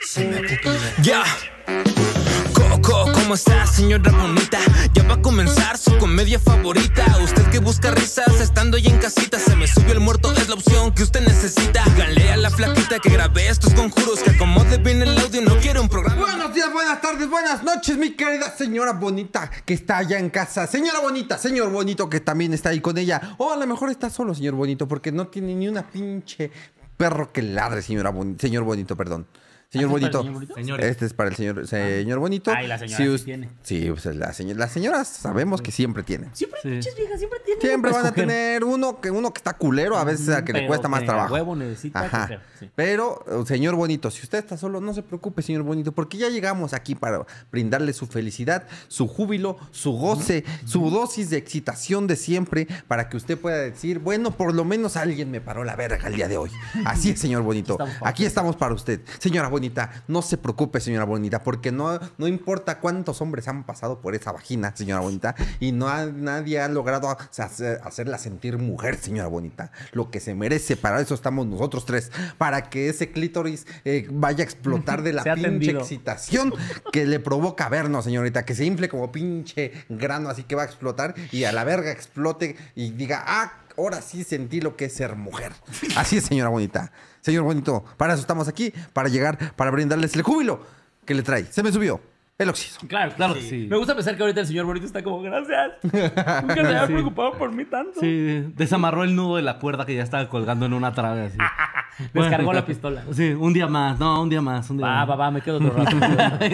Ya. Coco, ¿cómo está, señora bonita? Ya va a comenzar su comedia favorita. Usted que busca risas estando ahí en casita. Se me subió el muerto, es la opción que usted necesita. Díganle a la flaquita que grabé estos conjuros, que acomode bien el audio, no quiero un programa. Buenos días, buenas tardes, buenas noches, mi querida señora bonita que está allá en casa. Señora bonita, señor bonito que también está ahí con ella. O a lo mejor está solo, señor bonito, porque no tiene ni una pinche perro que ladre, señor bonito, perdón. Señor bonito. Este es para el señor bonito. Ay, la señora sí tiene. Sí, pues las señoras sabemos que siempre tienen. Siempre, pinches viejas, siempre tienen. Siempre van a tener uno que está culero, a veces a que le cuesta más trabajo. Huevo necesita coger, sí. Pero, señor bonito, si usted está solo, no se preocupe, señor bonito, porque ya llegamos aquí para brindarle su felicidad, su júbilo, su goce, su dosis de excitación de siempre, para que usted pueda decir, bueno, por lo menos alguien me paró la verga el día de hoy. Así es, señor bonito. Aquí estamos para usted. Señora bonita, no se preocupe, señora bonita, porque no importa cuántos hombres han pasado por esa vagina, señora bonita, y nadie ha logrado hacerla sentir mujer, señora bonita. Lo que se merece, para eso estamos nosotros tres, para que ese clítoris vaya a explotar de la pinche excitación que le provoca vernos, señorita, que se infle como pinche grano, así que va a explotar y a la verga explote y diga, ahora sí sentí lo que es ser mujer. Así es, señora bonita. Señor bonito, para eso estamos aquí, para llegar, para brindarles el júbilo que le trae. Se me subió el oxígeno. Claro, sí. Me gusta pensar que ahorita el señor bonito está como, gracias. Nunca se había preocupado por mí tanto. Sí, desamarró el nudo de la cuerda que ya estaba colgando en una trave así. Descargó la pistola. Sí, un día más, Va, me quedo otro rato.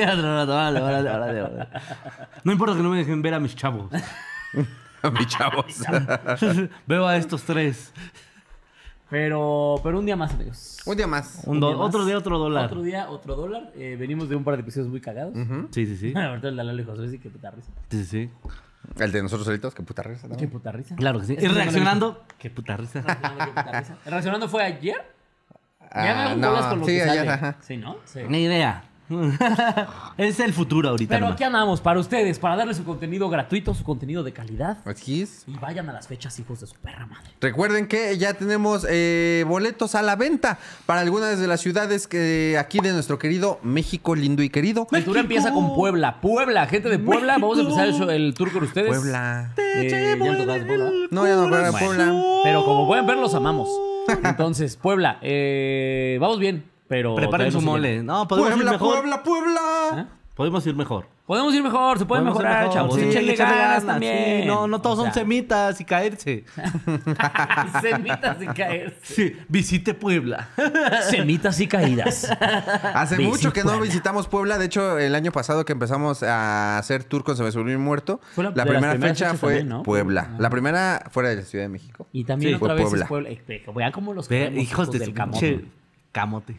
Vale. No importa que no me dejen ver a mis chavos. A mis chavos. Veo a estos tres. Pero un día más, amigos. Un día más. Otro día, otro dólar. Otro día, otro dólar. Venimos de un par de episodios muy cagados. Sí. Ahorita el de Lalo y José, sí, qué puta risa. Sí. El de nosotros solitos, qué puta risa, ¿no? Qué puta risa. Claro que sí. Y reaccionando, qué puta risa. ¿Reaccionando fue ayer? ¿Ya me hablas con lo que ayer, sale? ajá. Sí, ¿no? Sí. Ni idea. Es el futuro ahorita. Pero nomás. aquí andamos para ustedes, para darles su contenido gratuito, su contenido de calidad. Así es. Y vayan a las fechas, hijos de su perra madre. Recuerden que ya tenemos boletos a la venta para algunas de las ciudades que aquí de nuestro querido México lindo y querido. El tour empieza con Puebla. Gente de Puebla, vamos a empezar el tour con ustedes. Puebla. ¿Ya no tocabas Puebla? No, ya no juega Puebla. Pero como pueden ver, los amamos. Entonces, Puebla, vamos bien, pero... Preparen su mole. No, podemos ir mejor. Puebla. Podemos ir mejor. Podemos ir mejor, se puede mejorar, chavos. Sí, Échenle ganas sí, también. no todos son semitas y caerse. Semitas y caerse. Sí, visite Puebla. Semitas y caídas. Hace mucho que no visitamos Puebla. De hecho, el año pasado que empezamos a hacer tour con Se me subió un muerto, la primera fecha fue también, ¿no? Puebla. La primera fuera de la Ciudad de México. Y también otra fue vez Puebla. es Puebla. Vean cómo los Hijos de del su camote. pinche camote.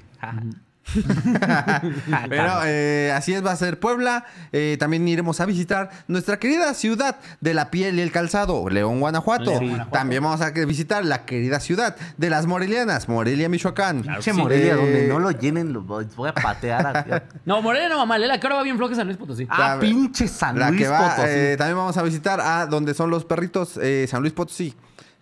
Pero así es, va a ser Puebla. También iremos a visitar nuestra querida ciudad de la piel y el calzado, León, Guanajuato. Sí. También vamos a visitar la querida ciudad de las Morelianas, Morelia, Michoacán. Claro. Pinche Morelia, donde no lo llenen, los voy a patear. No, Morelia no va mal, la que ahora va bien floja San Luis Potosí. Pinche San La Luis que va, Potosí. también vamos a visitar a donde son los perritos, San Luis Potosí.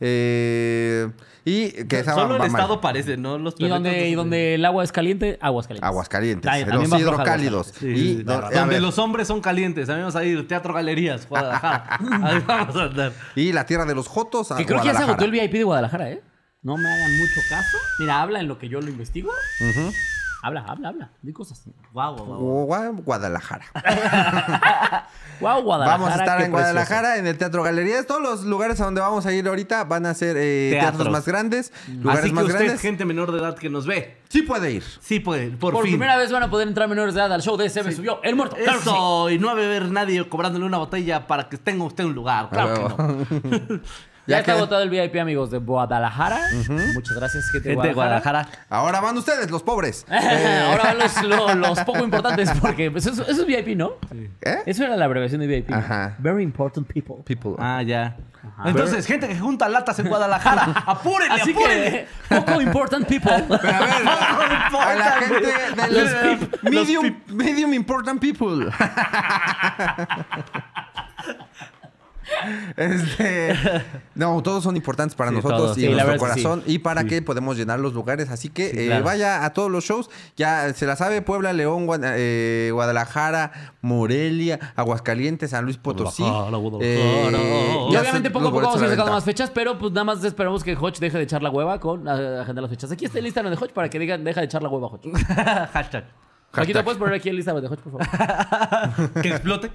Y que esa Solo el va estado mal. parece, ¿no? Los Y donde el agua es caliente, Aguascalientes. Aguascalientes, Ahí, los también va floja hidrocálidos. Aguascalientes. Y donde los hombres son calientes. A mí vamos a ir Teatro Galerías, Guadalajara. Ahí vamos a andar. y la tierra de los jotos, Que creo que ya se Guadalajara. agotó el VIP de Guadalajara, ¿eh? No me hagan mucho caso. Mira, habla en lo que yo lo investigo. Habla. Di cosas. Guadalajara. Guau, Guadalajara. Vamos a estar qué en Guadalajara, en el Teatro Galerías. Todos los lugares a donde vamos a ir ahorita van a ser teatros más grandes, lugares Así que más usted, grandes. gente menor de edad que nos ve, Sí puede ir. sí puede, por Por fin. primera vez van a poder entrar menores de edad al show de Se me subió el muerto. Claro que sí. Eso, y no va a beber nadie cobrándole una botella para que tenga usted un lugar. Claro que no. Ya está que- agotado el VIP, amigos, de Guadalajara. Muchas gracias, gente de Gente de Guadalajara. Guadalajara. Ahora van ustedes, los pobres. Ahora van los poco importantes, porque pues, eso es VIP, ¿no? ¿Eh? Eso era la abreviación de VIP. ¿no? Ajá. Very important people. People. Ah, ya. Entonces, gente que junta latas en Guadalajara, apúrenle, Así apúrenle. que, poco important people. Pero a ver, a la gente de los medium important people. No, todos son importantes para Sí, nosotros todos. y Sí, la nuestro verdad es que corazón y para que podemos llenar los lugares. Así que Sí, claro. vaya a todos los shows. Ya se la sabe: Puebla, León, Guadalajara, Morelia, Aguascalientes, San Luis Potosí. Guadalajara. Y ya obviamente los poco a poco boletos vamos a a la ir sacando venta. más fechas, pero pues nada más esperamos que Hodge deje de echar la hueva con agendar las fechas. Aquí está el Instagram de Hodge para que digan, deja de echar la hueva, Hodge. Hashtag. Aquí te puedes poner aquí el Instagram de Hodge, por favor. Que explote.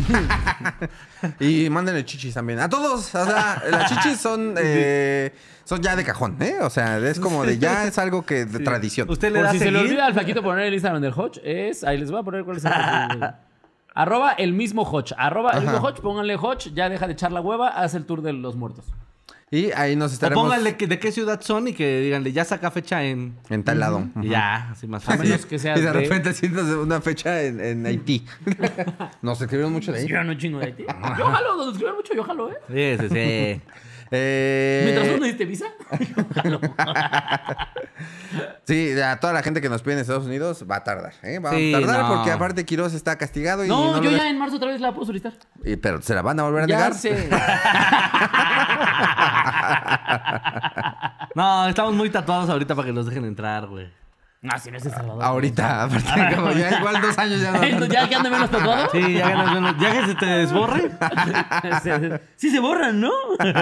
Y mándenle chichis también. A todos. O sea, las chichis son ya de cajón, ¿eh? O sea, es como de ya es algo que de tradición. Usted le Por da si se le seguir. olvida al flaquito poner el Instagram del Hodge, ahí les voy a poner cuál es el Arroba el mismo Hodge. Arroba el mismo Hodge, pónganle Hodge, ya deja de echar la hueva, haz el tour de los muertos. Y ahí nos O estaremos pónganle de qué ciudad son y que díganle, ya saca fecha en... en tal lado. Y ya, así más A fácil. menos que seas Y de repente sientas una fecha en Haití. Nos escribieron mucho de ahí. Escriban un chingo de Haití. Yo jalo, donde escriban mucho, yo jalo, ¿eh? Sí, sí, sí. Mientras no necesite visa, yo jalo. Sí, a toda la gente que nos pide en Estados Unidos va a tardar, ¿eh? Va Sí, a tardar no. porque aparte Quiroz está castigado y No, no yo lo ya en marzo otra vez la puedo solicitar. pero se la van a volver a Ya negar. sé. No, estamos muy tatuados ahorita para que nos dejen entrar, güey. No, si no es El Salvador. Ahorita, aparte, como ya igual 2 años ya no. Entonces, ¿ya que ande menos tatuado? Sí, ya ganas menos. Ya que se te desborre. Sí se borran, ¿no?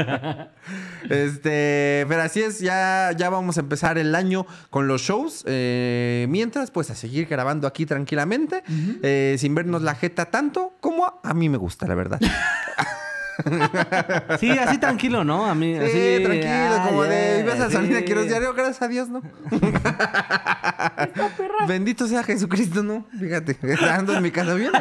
Pero así es, ya vamos a empezar el año con los shows. Mientras, pues a seguir grabando aquí tranquilamente, sin vernos la jeta tanto como a mí me gusta, la verdad. Sí, así tranquilo, ¿no? A mí, Sí, así, tranquilo, como de ibas a salir de sí. Quiroz Diario, gracias a Dios, ¿no? Bendito sea Jesucristo, ¿no? Fíjate, ando en mi casa bien.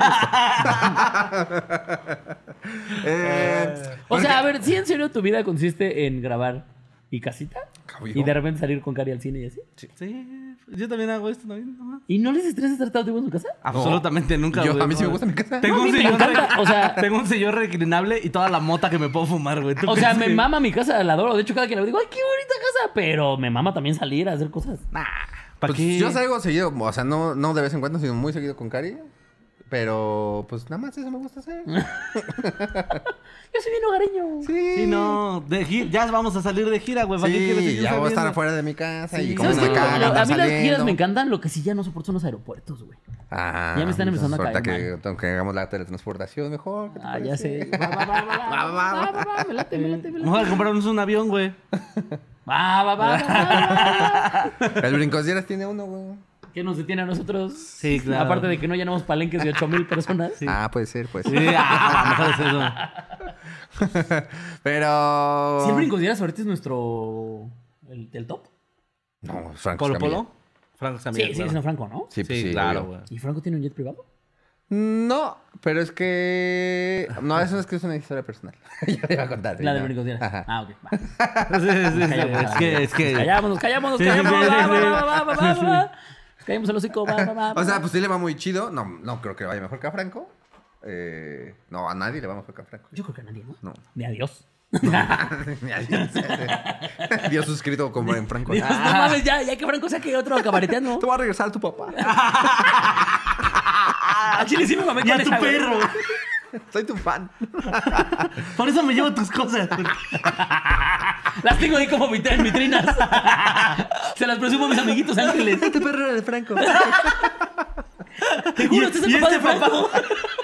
O sea, a ver, ¿sí en serio tu vida consiste en grabar y casita? Y de repente salir con Cari al cine y así. Sí, yo también hago esto también. ¿No? ¿Y no les estresa estar tanto tiempo en su casa? Absolutamente nunca. Yo, güey, a mí sí no. me gusta mi casa. Tengo No, a un mí me sillón encanta, o sea- tengo un sillón reclinable y toda la mota que me puedo fumar, güey. ¿Tú O sea, crees me que- mama mi casa, la adoro. De hecho, cada que la veo digo, ¡ay, qué bonita casa! Pero me mama también salir a hacer cosas. ¿Para Pues qué? yo salgo seguido, o sea, no de vez en cuando, sino muy seguido con Cari. Pero, pues nada más eso me gusta hacer. Yo soy bien hogareño. Sí, no. Ya vamos a salir de gira, güey. ¿Para qué quieres Sí, seguir ya voy a estar saliendo? afuera de mi casa Sí. y como ¿Sabes me qué? caga andar A mí las saliendo. giras me encantan. Lo que sí ya no soporto son los aeropuertos, güey. Ah, Ya me están empezando a ahorita caer que hagamos la teletransportación mejor. ¿qué te Ah, ya parece? sé. Va. Me late. Vamos a comprarnos un avión, güey. Va. El Brincosieras tiene uno, güey. ¿Qué nos detiene a nosotros? Sí, claro. Aparte de que no llenamos palenques de 8,000 personas. Ah, puede ser, pues. Sí, mejor es eso. Pero... Si el Brincosieras ahorita es nuestro... ¿El top? No, Franco ¿Polo Escamilla. Polo? Franco Sí, también. sí, claro. es no Franco, ¿no? Sí, pues Sí, sí, claro, obvio. güey. ¿Y Franco tiene un jet privado? No, pero es que... No, eso es que es una historia personal. Ya te iba a contar. sí, La del no. Brincosieras. Ajá. Ah, ok. Va. Es que... Callámonos. Sí, sí, Va. sí. Nos callamos el hocico. Va. O sea, pues sí le va muy chido. No creo que vaya mejor que a Franco. No, a nadie le va mejor que a Franco. Yo creo que a nadie, ¿no? No. Ni a Dios. Dios suscrito como en Franco. Dios, no mames, ya que Franco saque otro cabareteando. Te voy a regresar a tu papá. A Chile sí me mamé Y con a tu esa, güey. perro. Soy tu fan. Por eso me llevo tus cosas. Las tengo ahí como en vitrinas. Se las presumo a mis amiguitos ángeles. Tu perro era de Franco. Te juro, este es el papá de Franco.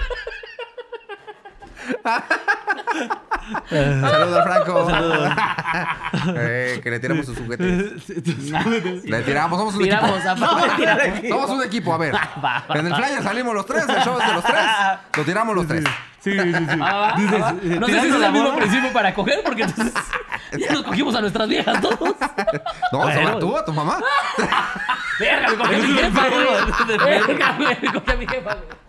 Saludos a Franco. Que le tiramos sus juguetes. Le tiramos, somos un Tiramos, equipo. Somos un equipo, a ver. Va. En el flyer salimos los tres, el show es de los tres. Lo tiramos los tres. Sí. Va. No sé si es el mismo principio para coger, porque entonces ya nos cogimos a nuestras viejas todos. No, Bueno. tú, a tu mamá. Verga, me cogí a mi jefa, güey. Verga, güey, me cogí a mi jefa, güey.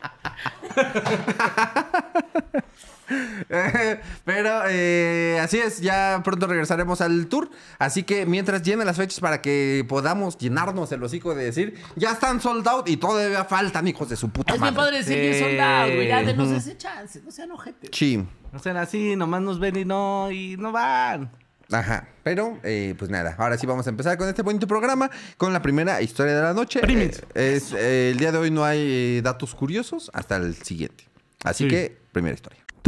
Pero así es, ya pronto regresaremos al tour. Así que mientras llenen las fechas para que podamos llenarnos el hocico de decir, ya están sold out y todavía faltan, hijos de su puta Es bien madre. padre decir que es sold out, güey. Ya denos ese chance, no sean ojetes. Sí. No sean así, nomás nos ven y no van. Ajá, pero pues nada, ahora sí vamos a empezar con este bonito programa, con la primera historia de la noche. El día de hoy no hay datos curiosos, hasta el siguiente. Así Sí. que, primera historia.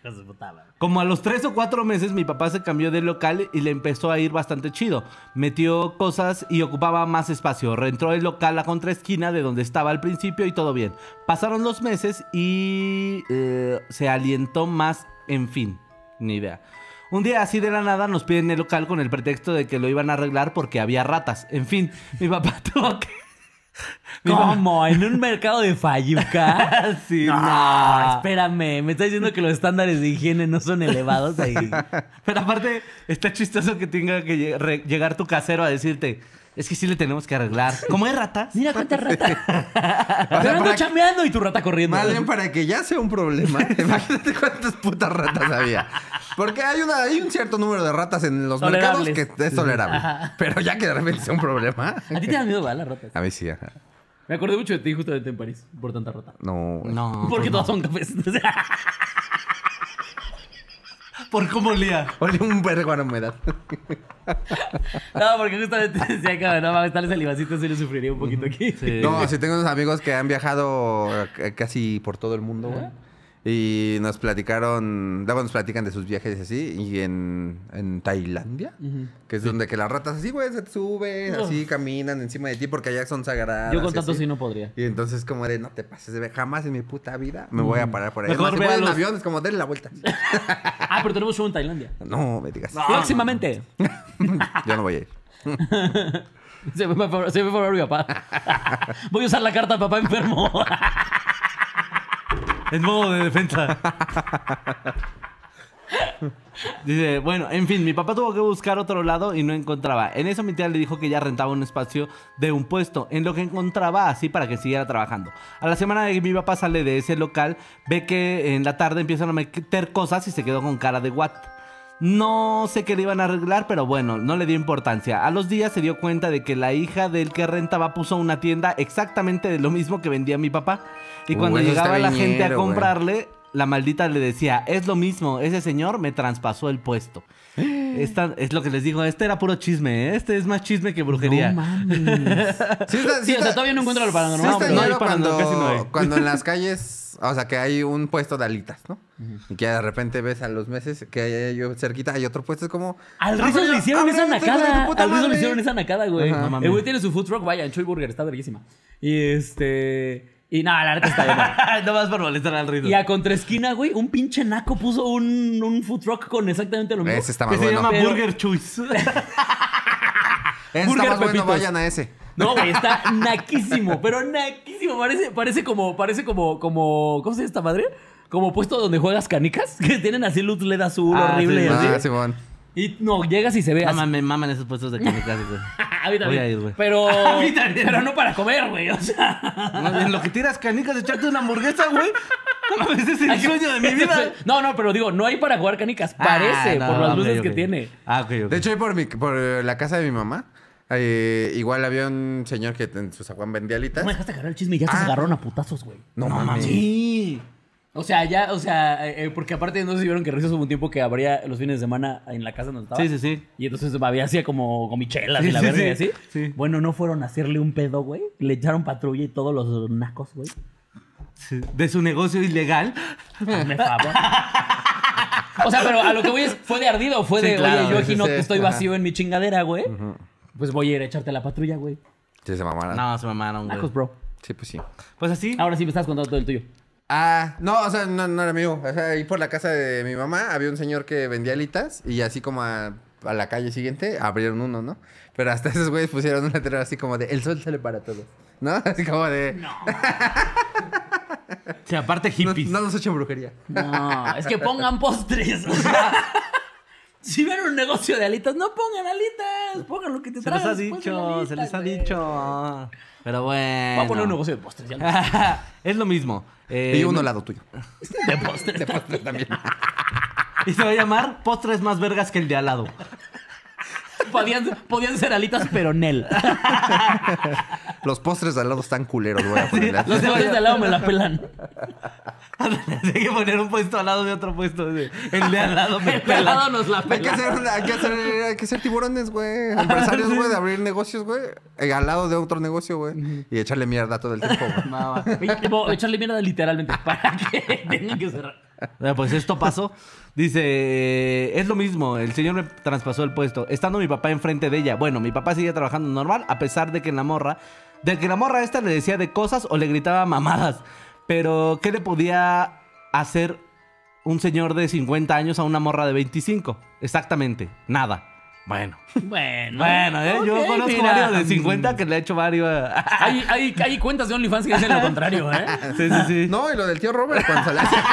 Hijo de su puta madre. Como a los 3 o 4 meses, mi papá se cambió de local y le empezó a ir bastante chido. Metió cosas y ocupaba más espacio. Reentró el local a contraesquina de donde estaba al principio y todo bien. Pasaron los meses y se alientó más, en fin, ni idea. Un día así de la nada nos piden el local con el pretexto de que lo iban a arreglar porque había ratas. En fin, mi papá tuvo que... ¿Cómo? ¿En un mercado de Fayuca? Sí, no, espérame. Me estás diciendo que los estándares de higiene no son elevados ahí. Pero aparte, está chistoso que tenga que llegar tu casero a decirte, es que sí le tenemos que arreglar. ¿Cómo hay ratas? Mira cuántas ratas. Pero ando para chameando y tu rata corriendo. Más bien para que ya sea un problema. Imagínate cuántas putas ratas había. Porque hay un cierto número de ratas en los mercados Tolerables. que es tolerable. Pero ya que de repente sea un problema. A ti te dan miedo, ¿verdad? Las ratas. A mí sí, ajá. Me acordé mucho de ti justamente en París por tanta rata. No. No. Porque todas son cafés. ¿Por cómo olía? Olía un vergo a la humedad. No, porque justamente decía que no mames, tal salivacito se le sufriría un poquito aquí. Sí. No, sí tengo unos amigos que han viajado casi por todo el mundo, güey. Y nos platicaron, luego nos platican de sus viajes así, y en Tailandia, que es donde que las ratas así, güey, se te suben, así caminan encima de ti porque allá son sagradas. Yo con y tanto así. sí no podría. Y entonces como de, no te pases de ver, jamás en mi puta vida me voy a parar por ahí. Mejor Además, si ve a voy en los- avión, es como, denle la vuelta. Ah, pero tenemos show en Tailandia. No, me digas. Próximamente. Yo no voy a ir. Se me fue a favor mi papá. Voy a usar la carta papá enfermo. En modo de defensa. Dice, bueno, en fin, mi papá tuvo que buscar otro lado y no encontraba. En eso mi tía le dijo que ya rentaba un espacio de un puesto, en lo que encontraba así para que siguiera trabajando. A la semana de que mi papá sale de ese local, ve que en la tarde empiezan a meter cosas y se quedó con cara de what. No sé qué le iban a arreglar, pero bueno, no le dio importancia. A los días se dio cuenta de que la hija del que rentaba puso una tienda exactamente de lo mismo que vendía mi papá. Y cuando eso está llegaba la bien gente a ñero, güey. comprarle, la maldita le decía, es lo mismo, ese señor me traspasó el puesto. Es lo que les digo, este era puro chisme, ¿eh? Este es más chisme que brujería. No mames. Sí, O sea, todavía no encuentro lo Sí paranormal. está pero no hay ñero paranormal, casi no hay. cuando en las calles, o sea, que hay un puesto de alitas, ¿no? Y que de repente ves a los meses que hay yo cerquita, hay otro puesto, es como... Al Rizos le hicieron esa nacada. Al Rizos le hicieron esa nacada, güey. Ajá. No mames. El güey tiene su food truck, vaya, en Choy Burger, está verguísima. Y nada, la neta está bien. No vas por molestar al ritmo. Y a contraesquina, güey, un pinche naco puso un food truck con exactamente lo mismo. Ese está Que más se bueno. llama Pero- Burger Choice. Ese está Burger más bueno, Pepitos. vayan a ese. No, güey, está naquísimo, pero naquísimo. Parece como, ¿cómo se llama esta madre? Como puesto donde juegas canicas, que tienen así luz LED azul Ah, horrible. sí, así. Ah, Simón. Y no, llegas y se ve así. Me maman esos puestos de canicas, güey. A mí también. Voy a ir, güey. Pero, A mí también. pero no para comer, güey. O sea, No, en lo que tiras canicas, echarte una hamburguesa, güey. No mames, ese es el sueño de mi vida. No, pero digo, no hay para jugar canicas. Parece, Ah, por no, las ok, luces ok. que tiene. Ah, ok, ok. De hecho, ahí por la casa de mi mamá, igual había un señor que en su zaguán vendía alitas. No me dejaste agarrar el chisme y ya se agarraron a putazos, güey. No mames. Sí. O sea, porque aparte no sé si vieron que Rizos hubo un tiempo que abría los fines de semana en la casa donde estaba. Sí, sí, sí. Y entonces había así como gomichelas Sí, y la sí, verga y sí. así. Sí. Bueno, no fueron a hacerle un pedo, güey. Le echaron patrulla y todos los nacos, güey. Sí. De su negocio ilegal. Hazme favor. O sea, pero a lo que voy es, fue de ardido, fue Sí, de, claro, oye, yo aquí sí, no sí, estoy ajá. vacío en mi chingadera, güey. Pues voy a ir a echarte la patrulla, güey. Sí, se mamaron. No, se mamaron, güey. Nacos, bro. Sí, pues sí. Pues así. Ahora sí me estás contando todo el tuyo. Ah, no, o sea, no era mío. O sea, ahí por la casa de mi mamá había un señor que vendía alitas y así como a la calle siguiente abrieron uno, ¿no? Pero hasta esos güeyes pusieron un letrero así como de el sol sale para todos, ¿no? Así como de No. O sea, aparte hippies. no nos echen brujería. No, es que pongan postres. O sea, si ven un negocio de alitas, no pongan alitas. Pongan lo que te Se les traes. ha después de la dicho, alita, se les ha güey. dicho. Pero bueno. Voy a poner un negocio de postres. Ya Es lo mismo. Y uno al lado tuyo. de postres. De postres también. Y se va a llamar Postres más vergas que el de al lado. Podían ser alitas, pero Nel. Los postres de al lado están culeros, voy a ponerle. Los de al lado me la pelan. Hay que poner un puesto al lado de otro puesto. El de al lado me El de al pela. lado nos la Hay que ser tiburones, güey. Empresarios, güey, de abrir negocios, güey. Al lado de otro negocio, güey. Y echarle mierda todo el tiempo, güey. Tipo, echarle mierda literalmente para que tengan que cerrar. Pues esto pasó. Dice, es lo mismo, el señor me traspasó el puesto, estando mi papá enfrente de ella. Bueno, mi papá seguía trabajando normal, a pesar de que la morra esta le decía de cosas o le gritaba mamadas. Pero, ¿qué le podía hacer un señor de 50 años a una morra de 25? Exactamente, nada. Bueno, yo ok, conozco mira. varios de 50 que le he hecho varios. Hay cuentas de OnlyFans que dicen lo contrario, ¿eh? Sí. No, y lo del tío Robert cuando se le hace.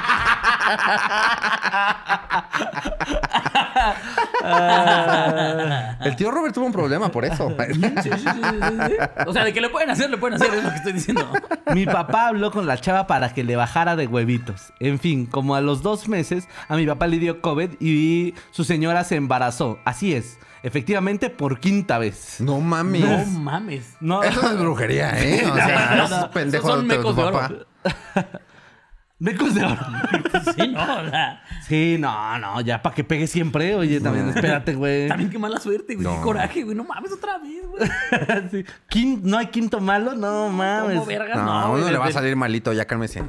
El tío Robert tuvo un problema por eso. Sí. O sea, de que le pueden hacer, es lo que estoy diciendo. Mi papá habló con la chava para que le bajara de huevitos. En fin, como a los 2 meses, a mi papá le dio COVID y su señora se embarazó. Así es, efectivamente por 5ª vez. No mames. No mames. No, Eso es brujería, ¿eh? O sea, esos pendejos Son de mecos tu de oro. papá. mecos de oro. Sí, no, o sea, Sí, no, ya para que pegue siempre. Oye, también espérate, güey. también qué mala suerte, güey. No. Qué coraje, güey. No mames otra vez, güey. Sí. ¿No hay quinto malo? No mames. ¿Cómo vergas? No, a güey, uno le va a desde- salir malito, ya cálmese.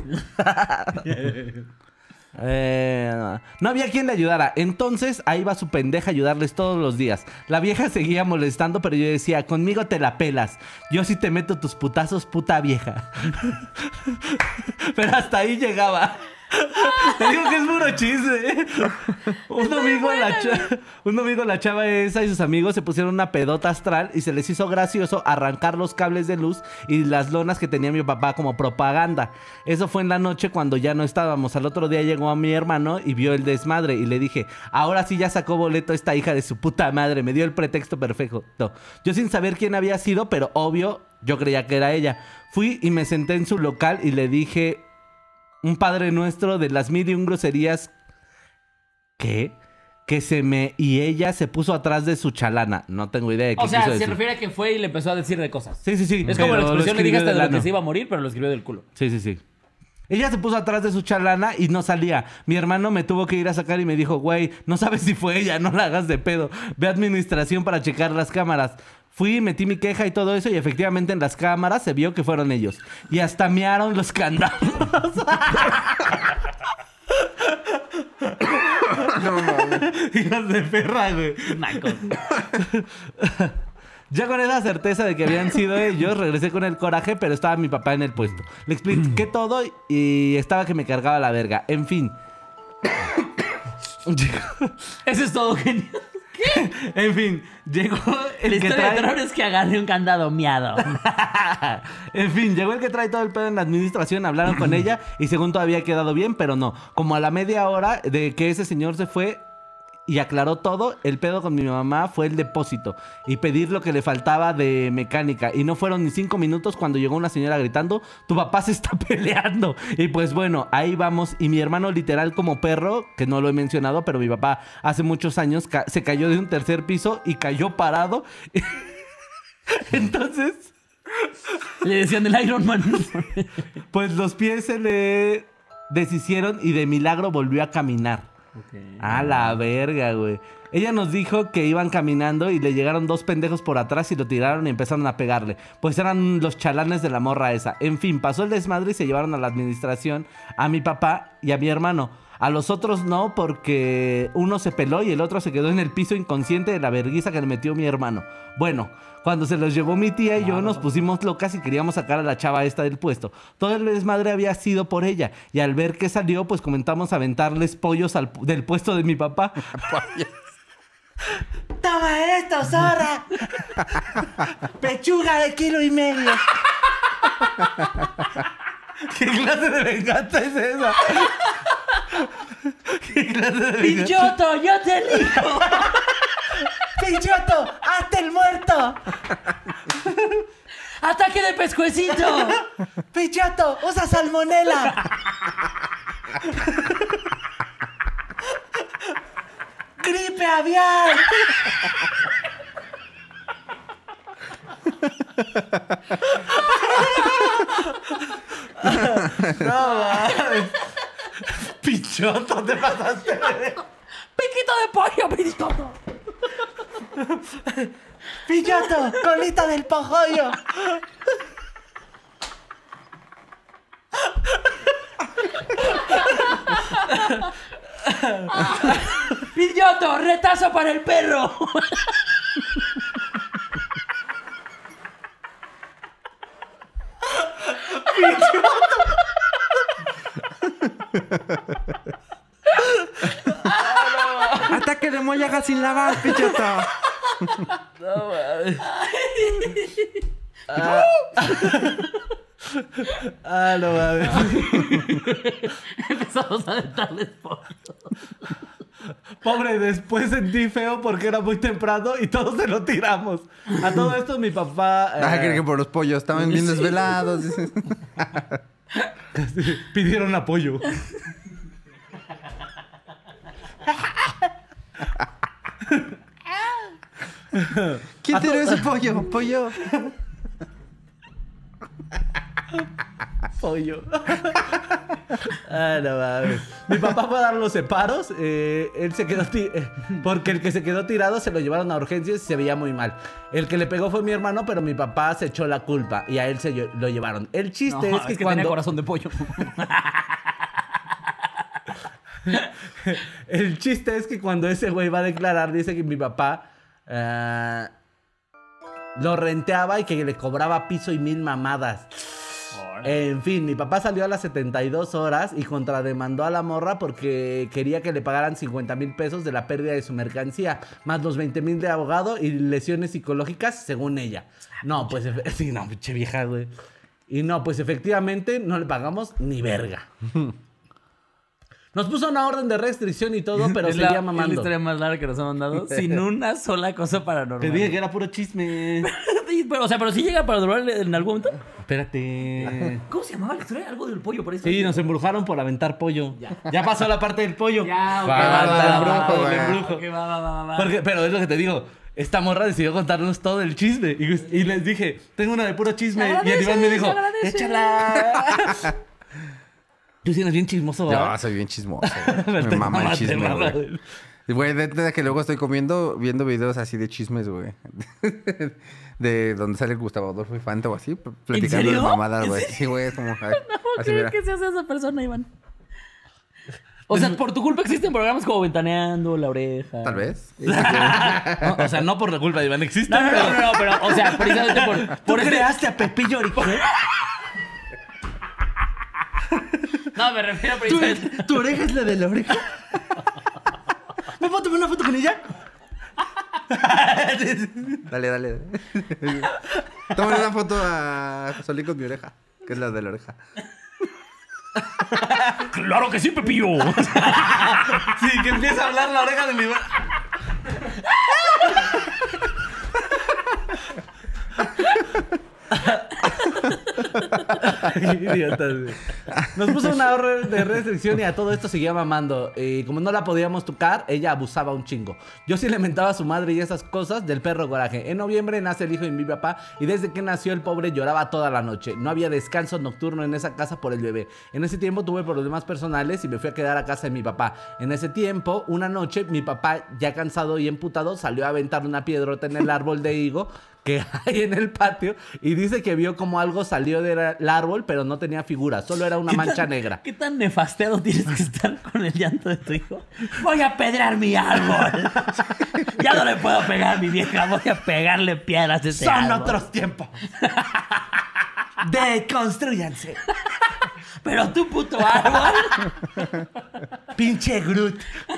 No había quien le ayudara. Entonces ahí va su pendeja a ayudarles todos los días. La vieja seguía molestando, pero yo decía, conmigo te la pelas. Yo sí te meto tus putazos, puta vieja. Pero hasta ahí llegaba. Te digo que es puro chiste. Un domingo la chava esa y sus amigos se pusieron una pedota astral y se les hizo gracioso arrancar los cables de luz y las lonas que tenía mi papá como propaganda. Eso fue en la noche cuando ya no estábamos. Al otro día llegó a mi hermano y vio el desmadre y le dije, ahora sí ya sacó boleto esta hija de su puta madre. Me dio el pretexto perfecto. Yo sin saber quién había sido, pero obvio yo creía que era ella. Fui y me senté en su local y le dije un Padre Nuestro de las 1001 groserías. ¿Qué? Y ella se puso atrás de su chalana. No tengo idea de qué O sea, quiso se decir. refiere a que fue y le empezó a decir de cosas. Sí. Es como la pero lo expresión le escribió dije hasta del de lo que ano. se iba a morir, pero lo escribió del culo. Sí. Ella se puso atrás de su chalana y no salía. Mi hermano me tuvo que ir a sacar y me dijo, güey, no sabes si fue ella, no la hagas de pedo. Ve a administración para checar las cámaras. Fui, metí mi queja y todo eso y efectivamente en las cámaras se vio que fueron ellos. Y hasta mearon los candados. No mames. Hijos de perra, güey. Nacos. Ya con esa certeza de que habían sido ellos, regresé con el coraje, pero estaba mi papá en el puesto. Le expliqué todo y estaba que me cargaba la verga. En fin. Eso es todo, genio. En fin, llegó La el que historia de terror trae... es que agarré un candado miado. En fin, llegó el que trae todo el pedo en la administración, hablaron con ella y según todo había quedado bien, pero no. Como a la media hora de que ese señor se fue y aclaró todo, el pedo con mi mamá fue el depósito y pedir lo que le faltaba de mecánica. Y no fueron ni 5 minutos cuando llegó una señora gritando, tu papá se está peleando. Y pues bueno, ahí vamos. Y mi hermano literal como perro, que no lo he mencionado, pero mi papá hace muchos años se cayó de un 3er piso y cayó parado. Entonces... Le decían el Iron Man. pues los pies se le deshicieron y de milagro volvió a caminar. A la verga, güey. Ella nos dijo que iban caminando y le llegaron 2 pendejos por atrás y lo tiraron y empezaron a pegarle. Pues eran los chalanes de la morra esa. En fin, pasó el desmadre y se llevaron a la administración a mi papá y a mi hermano. A los otros no, porque uno se peló y el otro se quedó en el piso inconsciente de la verguiza que le metió mi hermano. Bueno, cuando se los llevó mi tía y yo nos pusimos locas y queríamos sacar a la chava esta del puesto. Todo el desmadre había sido por ella. Y al ver que salió, pues comenzamos a aventarles pollos del puesto de mi papá. ¡Toma esto, zorra! ¡Pechuga de 1,5 kilos! ¿Qué clase de venganza es esa? ¿Qué clase de venganza? ¡Pinchoto, yo te elijo! ¡Pinchoto, hazte el muerto! ¡Ataque de pescuecito! ¡Pinchoto, usa salmonela! ¡Gripe aviar! No mames. Pinchoto, te pasaste. ¡Piquito de pollo, pinchoto! Pinchoto, colita del pojollo. ¡Pidioto! ¡Retazo para el perro! ¡Ataque de molleja sin lavar, pichoto! No mames. No mames. Empezamos a aventarles pollo. Pobre, después sentí feo porque era muy temprano y todos se lo tiramos. A todo esto mi papá... Creo que por los pollos estaban bien desvelados. pidieron apoyo. ¿Quién tiró ese pollo? Pollo. Pollo. No mames. Mi papá fue a dar los separos. Él se quedó porque el que se quedó tirado se lo llevaron a urgencias y se veía muy mal. El que le pegó fue mi hermano, pero mi papá se echó la culpa y a él lo llevaron. El chiste No, es que tenía corazón de pollo. El chiste es que cuando ese güey va a declarar, dice que mi papá lo renteaba y que le cobraba piso y 1000 mamadas. En fin, mi papá salió a las 72 horas y contrademandó a la morra porque quería que le pagaran 50,000 pesos de la pérdida de su mercancía, más los 20,000 de abogado y lesiones psicológicas, según ella. No, pues, sí, no, pinche vieja, güey. Y no, pues efectivamente no le pagamos ni verga. Nos puso una orden de restricción y todo, pero seguía mamando. Es la historia más larga que nos han mandado sin una sola cosa paranormal. Te dije que era puro chisme. pero sí llega paranormal en algún momento. Espérate. ¿Cómo se llamaba la historia? Algo del pollo, por eso. Sí, nos embrujaron por aventar pollo. Ya pasó la parte del pollo. Ya, ok. Falta el embrujo. Ok, va. Pero es lo que te digo. Esta morra decidió contarnos todo el chisme. Y les dije, tengo una de puro chisme. Y el Iván me dijo, échala. Tú sí eres bien chismoso, ¿verdad? Yo soy bien chismoso. Me mama el chisme, güey. Güey, desde que luego estoy comiendo, viendo videos así de chismes, güey. De donde sale Gustavo Adolfo Infante o así, platicando de mamadas, güey. Sí, güey, es como... así, mira. ¿Qué se hace esa persona, Iván? O sea, por tu culpa existen programas como Ventaneando, La Oreja. Tal vez. No, o sea, no por la culpa de Iván existe. No, pero, o sea, precisamente por ¿Tú creaste a Pepillo Origel? No, me refiero precisamente... ¿Tu oreja es la de la oreja? ¿Me puedo tomar una foto con ella? Dale. Tómale una foto a Josolín con mi oreja, que es la de la oreja. ¡Claro que sí, Pepillo! Sí, que empieza a hablar la oreja de mi... Idiotas, güey. Nos puso una orden de restricción y a todo esto seguía mamando. Como no la podíamos tocar, ella abusaba un chingo. Yo sí le mentaba a su madre y esas cosas del perro coraje. En noviembre nace el hijo de mi papá y desde que nació el pobre lloraba toda la noche. No había descanso nocturno en esa casa por el bebé. En ese tiempo tuve problemas personales y me fui a quedar a casa de mi papá. En ese tiempo, una noche, mi papá, ya cansado y emputado, salió a aventar una piedrota en el árbol de higo que hay en el patio y dice que vio como algo salió del árbol, pero no tenía figura, solo era una mancha negra. ¿Qué tan nefasteado tienes que estar con el llanto de tu hijo? Voy a pedrar mi árbol. Ya no le puedo pegar a mi vieja, voy a pegarle piedras a ese árbol. Son otros tiempos. Deconstrúyanse. Pero tu puto árbol. Pinche Groot.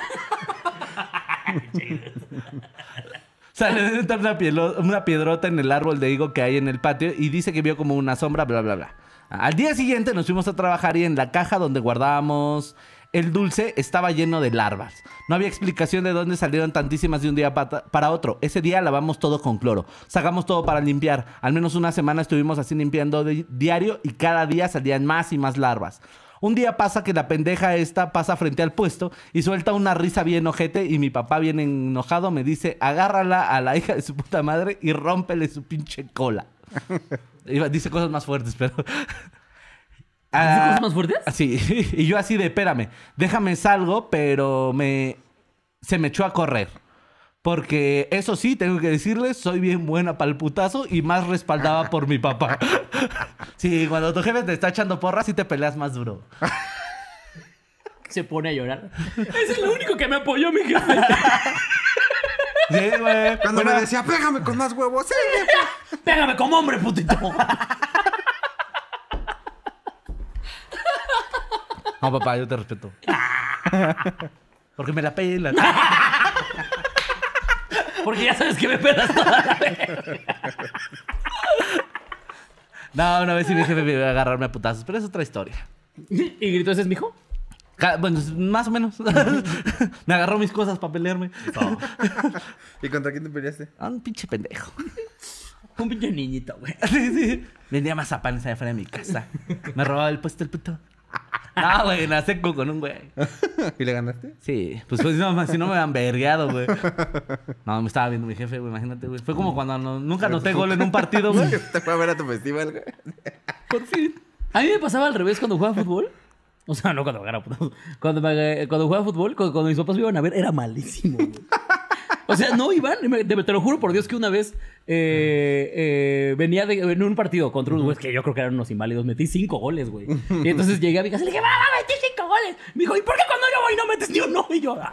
Sale de entrar una piedrota en el árbol de higo que hay en el patio y dice que vio como una sombra, bla, bla, bla. Al día siguiente nos fuimos a trabajar y en la caja donde guardábamos el dulce estaba lleno de larvas. No había explicación de dónde salieron tantísimas de un día para otro. Ese día lavamos todo con cloro. Sacamos todo para limpiar. Al menos una semana estuvimos así limpiando diario y cada día salían más y más larvas. Un día pasa que la pendeja esta pasa frente al puesto y suelta una risa bien ojete y mi papá bien enojado me dice, agárrala a la hija de su puta madre y rómpele su pinche cola. Dice cosas más fuertes, pero... ¿Dice cosas más fuertes? Sí, y yo así de, espérame, déjame salgo, pero se me echó a correr. Porque eso sí, tengo que decirles, soy bien buena para el putazo y más respaldada por mi papá. Sí, cuando tu jefe te está echando porras, sí te peleas más duro. Se pone a llorar. Ese es lo único que me apoyó, mi jefe. Sí, güey. Cuando me decía, pégame con más huevos. Sí, jefe. Pégame como hombre, putito. No, papá, yo te respeto. Porque me la pelas. Porque ya sabes que me pelas toda la vez. No, una vez sí mi jefe me iba a agarrarme a putazos, pero es otra historia. ¿Y gritó, ese es mi hijo? Bueno, más o menos. Me agarró mis cosas para pelearme. ¿Y contra quién te peleaste? Ah, un pinche pendejo. Un pinche niñito, güey. Sí, sí. Vendía mazapanes allá afuera de mi casa. Me robaba el puesto el puto. No, güey, en la seco con un güey. ¿Y le ganaste? Sí, pues no, si no me habían vergueado, güey. No, me estaba viendo mi jefe, güey, imagínate, güey. Fue como cuando nunca anoté gol en un partido, güey. Te fue a ver a tu festival, güey. Por fin. A mí me pasaba al revés cuando jugaba fútbol. O sea, no cuando jugaba fútbol. Cuando jugaba fútbol, cuando mis papás me iban a ver, era malísimo, güey. O sea, no iban, te lo juro por Dios que una vez venía en un partido contra unos güeyes que yo creo que eran unos inválidos. Metí 5 goles, güey. Y entonces llegué a mi casa y le dije, va, metí 5 goles. Me dijo, ¿y por qué cuando yo voy no metes ni uno? Y yo,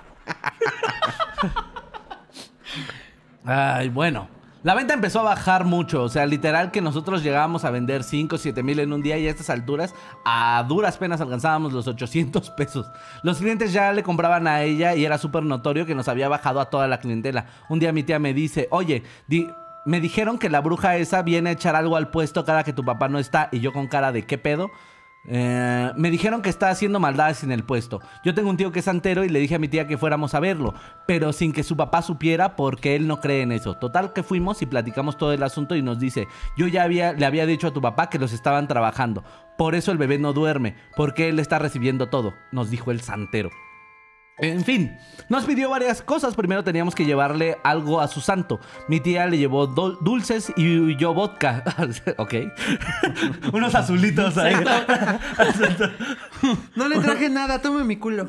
Ay, bueno. La venta empezó a bajar mucho. O sea, literal que nosotros llegábamos a vender 5 o 7 mil en un día y a estas alturas a duras penas alcanzábamos los 800 pesos. Los clientes ya le compraban a ella y era súper notorio que nos había bajado a toda la clientela. Un día mi tía me dice, oye, me dijeron que la bruja esa viene a echar algo al puesto cada que tu papá no está. Y yo con cara de ¿qué pedo? Me dijeron que está haciendo maldades en el puesto. Yo tengo un tío que es santero y le dije a mi tía que fuéramos a verlo, pero sin que su papá supiera porque él no cree en eso. Total que fuimos y platicamos todo el asunto y nos dice, yo ya le había dicho a tu papá que los estaban trabajando, por eso el bebé no duerme, porque él está recibiendo todo, nos dijo el santero. En fin, nos pidió varias cosas. Primero teníamos que llevarle algo a su santo. Mi tía le llevó dulces y yo vodka. Ok. Unos azulitos ahí. No le traje nada, tome mi culo.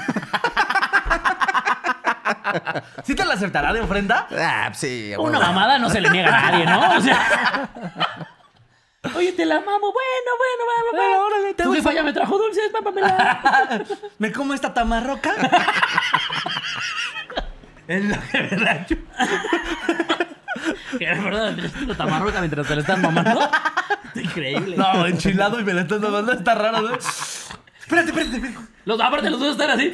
¿Sí te la aceptará de ofrenda? Ah, sí. una mamada no se le niega a nadie, ¿no? O sea... Oye, te la mamo. Bueno, órale, tu jefa ya me trajo dulces, pápamela. ¿Me como esta tamarroca? Es lo que me da yo. ¿Verdad? La tamarroca mientras te la están mamando. Está increíble. No, enchilado y me la estás mamando. Está raro, ¿no? Espérate. Aparte los dos están así.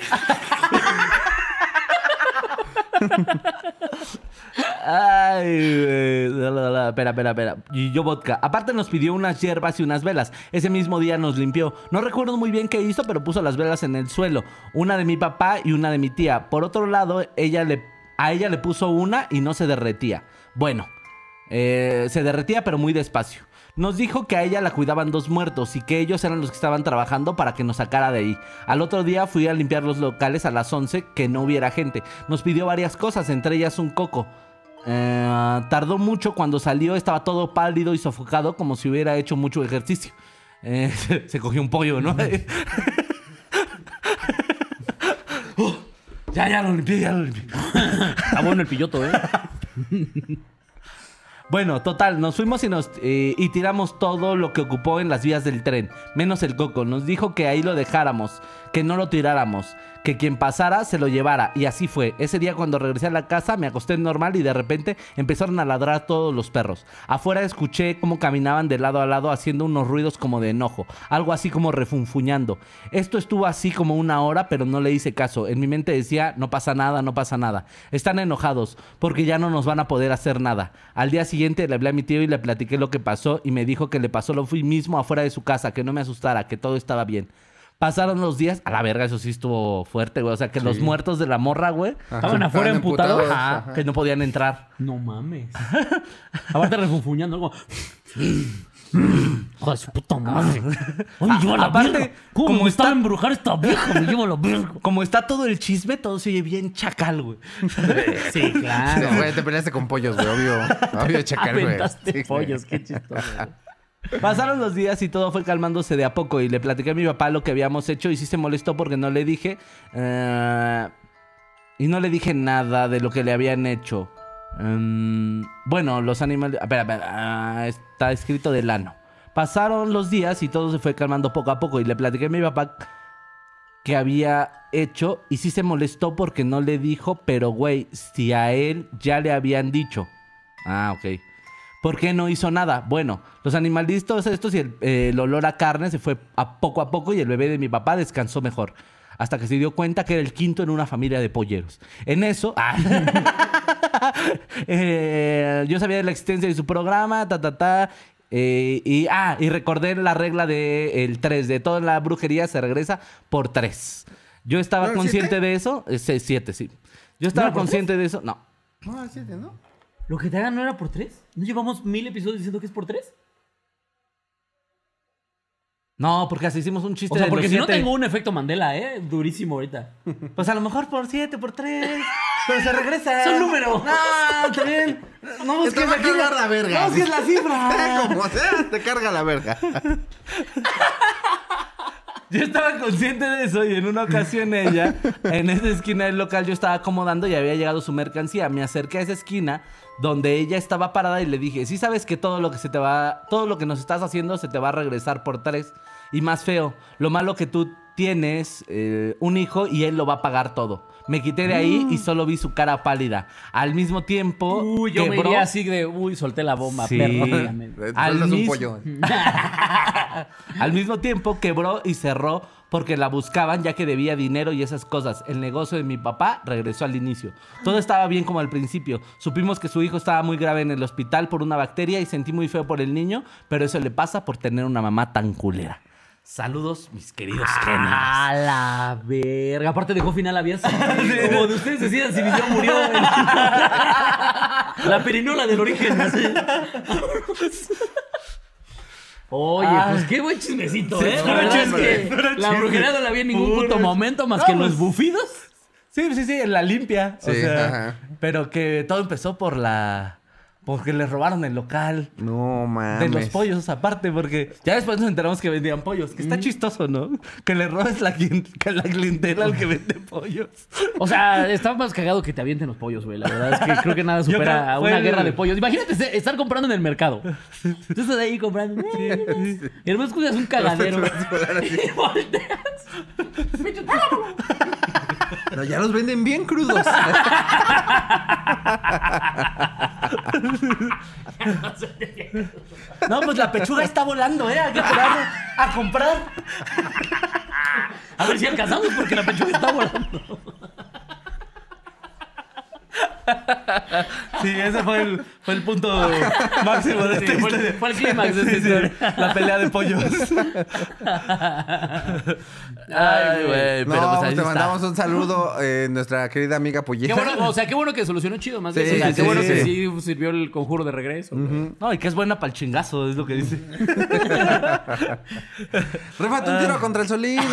Ay, espera. Y yo vodka. Aparte nos pidió unas hierbas y unas velas. Ese mismo día nos limpió. No recuerdo muy bien qué hizo, pero puso las velas en el suelo. Una de mi papá y una de mi tía. Por otro lado, a ella le puso una y no se derretía. Bueno, se derretía pero muy despacio. Nos dijo que a ella la cuidaban 2 muertos y que ellos eran los que estaban trabajando para que nos sacara de ahí. Al otro día fui a limpiar los locales a las 11, que no hubiera gente. Nos pidió varias cosas, entre ellas un coco. Tardó mucho. Cuando salió estaba todo pálido y sofocado, como si hubiera hecho mucho ejercicio. Se cogió un pollo, ¿no? Ya lo limpié. Está bueno el pilloto, ¿eh? Bueno, total, nos fuimos y tiramos todo lo que ocupó en las vías del tren, menos el coco. Nos dijo que ahí lo dejáramos, que no lo tiráramos, que quien pasara se lo llevara. Y así fue. Ese día cuando regresé a la casa me acosté normal y de repente empezaron a ladrar todos los perros. Afuera escuché cómo caminaban de lado a lado haciendo unos ruidos como de enojo, algo así como refunfuñando. Esto estuvo así como 1 hora, pero no le hice caso. En mi mente decía, no pasa nada. Están enojados porque ya no nos van a poder hacer nada. Al día siguiente le hablé a mi tío y le platiqué lo que pasó y me dijo que le pasó lo mismo afuera de su casa, que no me asustara, que todo estaba bien. Pasaron los días, a la verga, eso sí estuvo fuerte, güey. O sea, que los muertos de la morra, güey, estaban afuera emputados. Ajá, que no podían entrar. No mames. Aparte refunfuñando algo. Joder, su puta madre. Oye, lleva la aparte, verga. ¿Cómo está a embrujar esta vieja? Me lleva la verga. Como está todo el chisme, todo se oye bien chacal, güey. Sí, claro. Sí, güey, te peleaste con pollos, güey. Obvio chacal, güey. Aventaste Sí, pollos, qué chistoso. Pasaron los días y todo fue calmándose de a poco. Y le platiqué a mi papá lo que habíamos hecho y sí se molestó porque no le dije. Y no le dije nada de lo que le habían hecho. Bueno, los animales... Espera, está escrito del ano. Pasaron los días y todo se fue calmando poco a poco. Y le platiqué a mi papá que había hecho y sí se molestó porque no le dijo, pero güey, si a él ya le habían dicho. Ah, ok. ¿Por qué no hizo nada? Bueno, los animalitos estos y el olor a carne se fue a poco y el bebé de mi papá descansó mejor. Hasta que se dio cuenta que era el quinto en una familia de polleros. En eso... yo sabía de la existencia de su programa, y recordé la regla del 3. De toda la brujería se regresa por 3. Yo estaba ¿No, consciente 7? de eso. 7, sí. Yo estaba ¿No, por consciente de eso. No. No, 7, ¿no? ¿Lo que te hagan no era por 3? ¿No llevamos 1000 episodios diciendo que es por 3? No, porque así hicimos un chiste O sea, de porque los si no 7. tengo un efecto Mandela, durísimo ahorita. Pues a lo mejor por 7, por 3. Pero se regresa. Son números. No, está bien. No Te va a cargar la verga. No busques la cifra. Como sea, te carga la verga. Yo estaba consciente de eso y en una ocasión ella, en esa esquina del local, yo estaba acomodando y había llegado su mercancía. Me acerqué a esa esquina donde ella estaba parada y le dije, sí sabes que todo lo que nos estás haciendo se te va a regresar por 3. Y más feo, lo malo que tú tienes un hijo y él lo va a pagar todo. Me quité de ahí y solo vi su cara pálida. Al mismo tiempo, Uy, yo me quebró. iría así de, solté la bomba, Sí. perdóname. Al Sueltas un mismo- pollo. Al mismo tiempo quebró y cerró porque la buscaban ya que debía dinero y esas cosas. El negocio de mi papá regresó al inicio. Todo estaba bien como al principio. Supimos que su hijo estaba muy grave en el hospital por una bacteria y sentí muy feo por el niño, pero eso le pasa por tener una mamá tan culera. Saludos, mis queridos genios. A la verga. Aparte dejó final abierto. Como de ustedes decidan si vivió o murió. güey. La perinola del origen. Así. Oye, pues qué buen chismecito, Sí, ¿eh? La no era verdad es chisme, que no era la chisme. brujería no la vi en ningún puto momento más No, que en pues, los bufidos. Sí, en la limpia. Sí, o sea, ajá. pero que todo empezó porque les robaron el local. No mames. De los pollos, aparte, porque ya después nos enteramos que vendían pollos. Que está chistoso, ¿no? Que le robes la clientela al que vende pollos. O sea, está más cagado que te avienten los pollos, güey. La verdad es que creo que nada Yo supera creo a fue una el- guerra de pollos. Imagínate estar comprando en el mercado. Tú estás ahí comprando. Y después escuchas un cagadero. Y volteas. No, ya los venden bien crudos. No, pues la pechuga está volando, ¿eh? Hay que esperar a comprar. A ver si alcanzamos porque la pechuga está volando. Sí, ese fue el punto máximo de esta historia. Fue el clímax de esta historia. La pelea de pollos. Ay, güey. No, Pero pues ahí te está. mandamos un saludo, nuestra querida amiga Qué Pollera. bueno, o sea, qué bueno que solucionó chido, más bien. Sí, O sea, sí, qué bueno sí. que sí sirvió el conjuro de regreso. No, y que es buena para el chingazo, es lo que dice. Réfate un tiro contra el solín.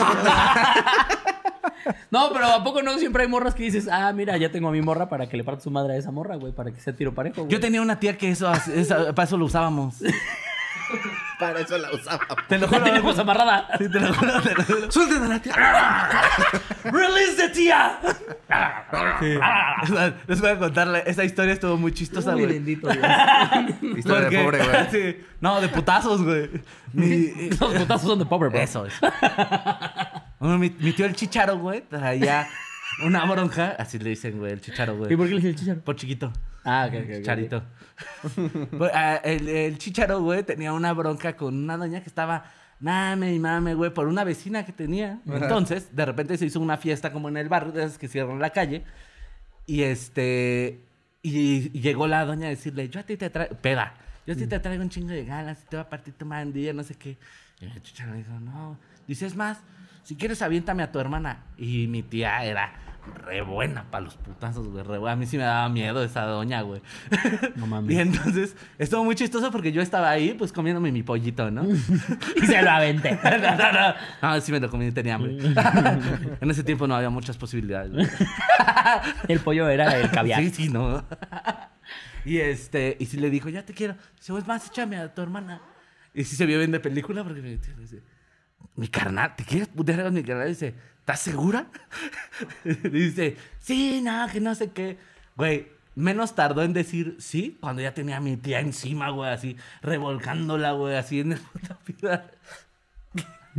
No, pero ¿a poco no siempre hay morras que dices, mira, ya tengo a mi morra para que le parta su madre a esa morra, güey, para que sea tiro parejo, güey? Yo tenía una tía que para eso lo usábamos. Para eso la usaba. Te lo La juro. tenemos amarrada. Sí, te lo juro, te lo juro. ¡Suelten a la tía! ¡Release the tía! Sí. Les voy a contarle. Esa historia estuvo muy chistosa, Uy, güey. bendito Dios. Historia de Porque- pobre, güey. Sí. No, de putazos, güey. Los putazos son de pobre, bro. Eso es. Bueno, mi tío el Chicharo, güey, traía una bronca. Así le dicen, güey, el Chicharo, güey. ¿Y por qué le dije el chicharo? Por chiquito. Ok. Chicharito. Pues, el Chicharo, güey, tenía una bronca con una doña que estaba mame y mame, güey, por una vecina que tenía. Entonces, de repente se hizo una fiesta como en el barrio, de esas que cierran la calle. Y y llegó la doña a decirle, yo a ti te traigo, peda, yo a ti te traigo un chingo de ganas, te va a partir tu mandilla, no sé qué. Y el Chicharo dijo, no. Dice, es más, si quieres aviéntame a tu hermana. Y mi tía era re buena para los putazos, güey. Re buena. A mí sí me daba miedo esa doña, güey. No mames. Y entonces estuvo muy chistoso porque yo estaba ahí, pues comiéndome mi pollito, ¿no? Y se lo aventé. No, sí me lo comí, tenía hambre. En ese tiempo no había muchas posibilidades, güey. El pollo era el caviar. Sí, no. Y sí le dijo, ya te quiero. Dice, es más, échame a tu hermana. Y sí se vio bien de película porque me dice, mi carnal, ¿te quieres putear con mi carnal? Dice, ¿estás segura? Dice, sí, no, que no sé qué. Güey, menos tardó en decir sí cuando ya tenía a mi tía encima, güey, así, revolcándola, güey, así en el puta piedad.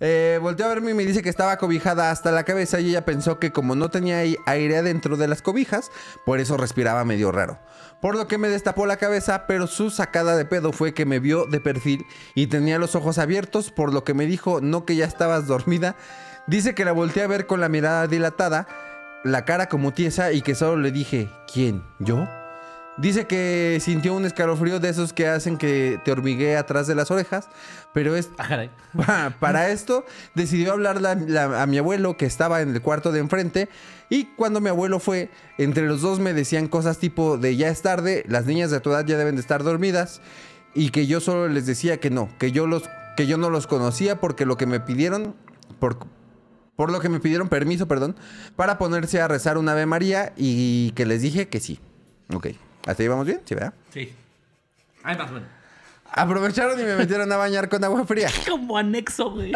Volteó a verme y me dice que estaba cobijada hasta la cabeza y ella pensó que como no tenía aire adentro de las cobijas, por eso respiraba medio raro. Por lo que me destapó la cabeza, pero su sacada de pedo fue que me vio de perfil y tenía los ojos abiertos, por lo que me dijo no que ya estabas dormida. Dice que la volteé a ver con la mirada dilatada, la cara como tiesa y que solo le dije, ¿quién? ¿Yo? Dice que sintió un escalofrío de esos que hacen que te hormiguee atrás de las orejas, pero para esto decidió hablar a mi abuelo que estaba en el cuarto de enfrente y cuando mi abuelo fue, entre los dos me decían cosas tipo de ya es tarde, las niñas de tu edad ya deben de estar dormidas y que yo solo les decía que no, que yo no los conocía porque lo que me pidieron, por lo que me pidieron permiso, para ponerse a rezar un Ave María y que les dije que sí. Ok. ¿Hasta ahí vamos bien? ¿Sí, verdad? Sí. Ay, más bueno. Aprovecharon y me metieron a bañar con agua fría. Como anexo, güey.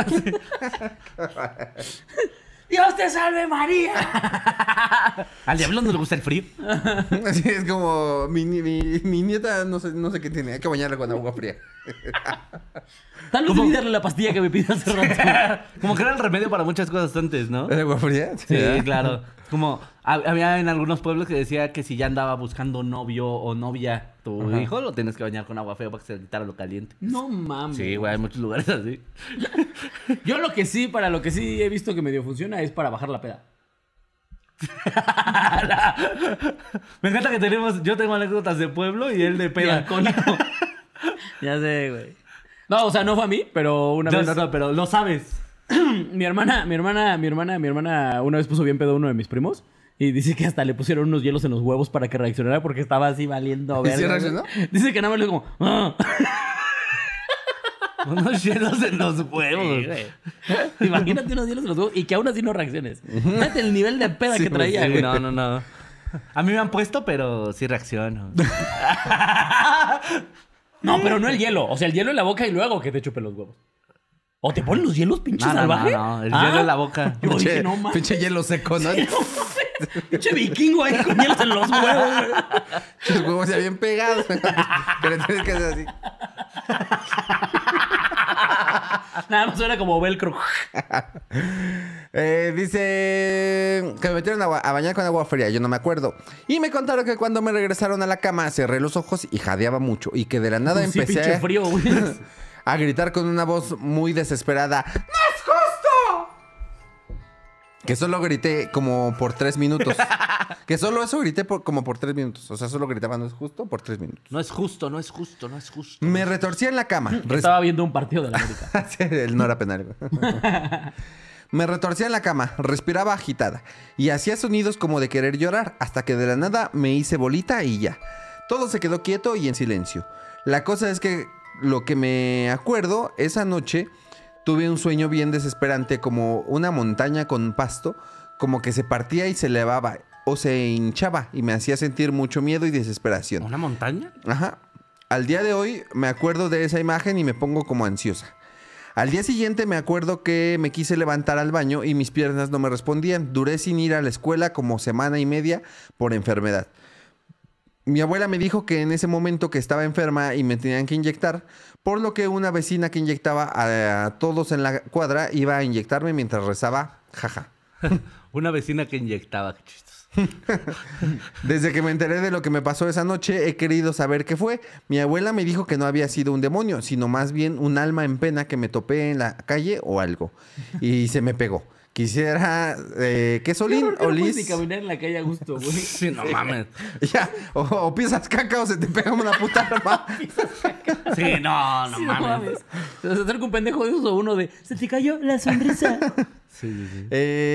¡Dios te salve, María! ¿Al diablo no le gusta el frío? Así es como mi nieta, no sé qué tiene. Hay que bañarla con agua fría. Tal vez debí darle la pastilla que me pidió hace rato. Como que era el remedio para muchas cosas antes, ¿no? ¿El agua fría? Sí, claro. Como había en algunos pueblos que decía que si ya andaba buscando novio o novia tu hijo, lo tienes que bañar con agua fría para que se le quitara lo caliente. No mames. Sí, güey, hay muchos lugares así. Yo para lo que sí he visto que medio funciona es para bajar la peda. Me encanta que yo tengo anécdotas de pueblo y él de Y peda. alcohólico. Ya sé, güey. No, o sea, no fue a mí, pero una vez... No, pero lo sabes. Mi hermana una vez puso bien pedo a uno de mis primos. Y dice que hasta le pusieron unos hielos en los huevos para que reaccionara porque estaba así valiendo ¿Y verga. sí reaccionó? Dice que nada más le dijo como... "Ah". Unos hielos en los huevos. Sí, güey. Imagínate unos hielos en los huevos y que aún así no reacciones. Fíjate el nivel de peda que traía, Sí, güey. no. A mí me han puesto, pero sí reacciono. No, pero no el hielo. O sea, el hielo en la boca y luego que te chupe los huevos. ¿O te ponen los hielos, pinche salvaje? No, el hielo en la boca. Yo dije, no mames. Pinche hielo seco, ¿no? Pinche vikingo ahí con hielos en los huevos, güey. Los huevos ya bien pegados. Pero tienes que hacer así. Nada más suena como velcro. Dice que me metieron a bañar con agua fría. Yo no me acuerdo. Y me contaron que cuando me regresaron a la cama cerré los ojos y jadeaba mucho. Y que de la nada Sí, empecé pinche frío, güey. a gritar con una voz muy desesperada. ¡No es justo! Que solo grité como por 3 minutos. Que solo eso grité como por 3 minutos. O sea, solo gritaba no es justo por 3 minutos. No es justo. Me retorcí en la cama. Estaba viendo un partido de la América. Él no era penal. Me retorcía en la cama, respiraba agitada y hacía sonidos como de querer llorar hasta que de la nada me hice bolita y ya. Todo se quedó quieto y en silencio. La cosa es que lo que me acuerdo, esa noche tuve un sueño bien desesperante, como una montaña con pasto, como que se partía y se elevaba o se hinchaba y me hacía sentir mucho miedo y desesperación. ¿Una montaña? Ajá. Al día de hoy me acuerdo de esa imagen y me pongo como ansiosa. Al día siguiente me acuerdo que me quise levantar al baño y mis piernas no me respondían. Duré sin ir a la escuela como semana y media por enfermedad. Mi abuela me dijo que en ese momento que estaba enferma y me tenían que inyectar, por lo que una vecina que inyectaba a todos en la cuadra iba a inyectarme mientras rezaba, jaja. Una vecina que inyectaba, qué chistos. Desde que me enteré de lo que me pasó esa noche, he querido saber qué fue. Mi abuela me dijo que no había sido un demonio, sino más bien un alma en pena que me topé en la calle o algo. Y se me pegó. Quisiera que Solín o No puedes Liz... ni caminar en la calle a gusto, güey. Sí, no mames. Ya, o pisas caca o se te pega una puta arma. Sí, no Sí, mames. Se acerca un pendejo de uso uno de... Se te cayó la sonrisa. Sí.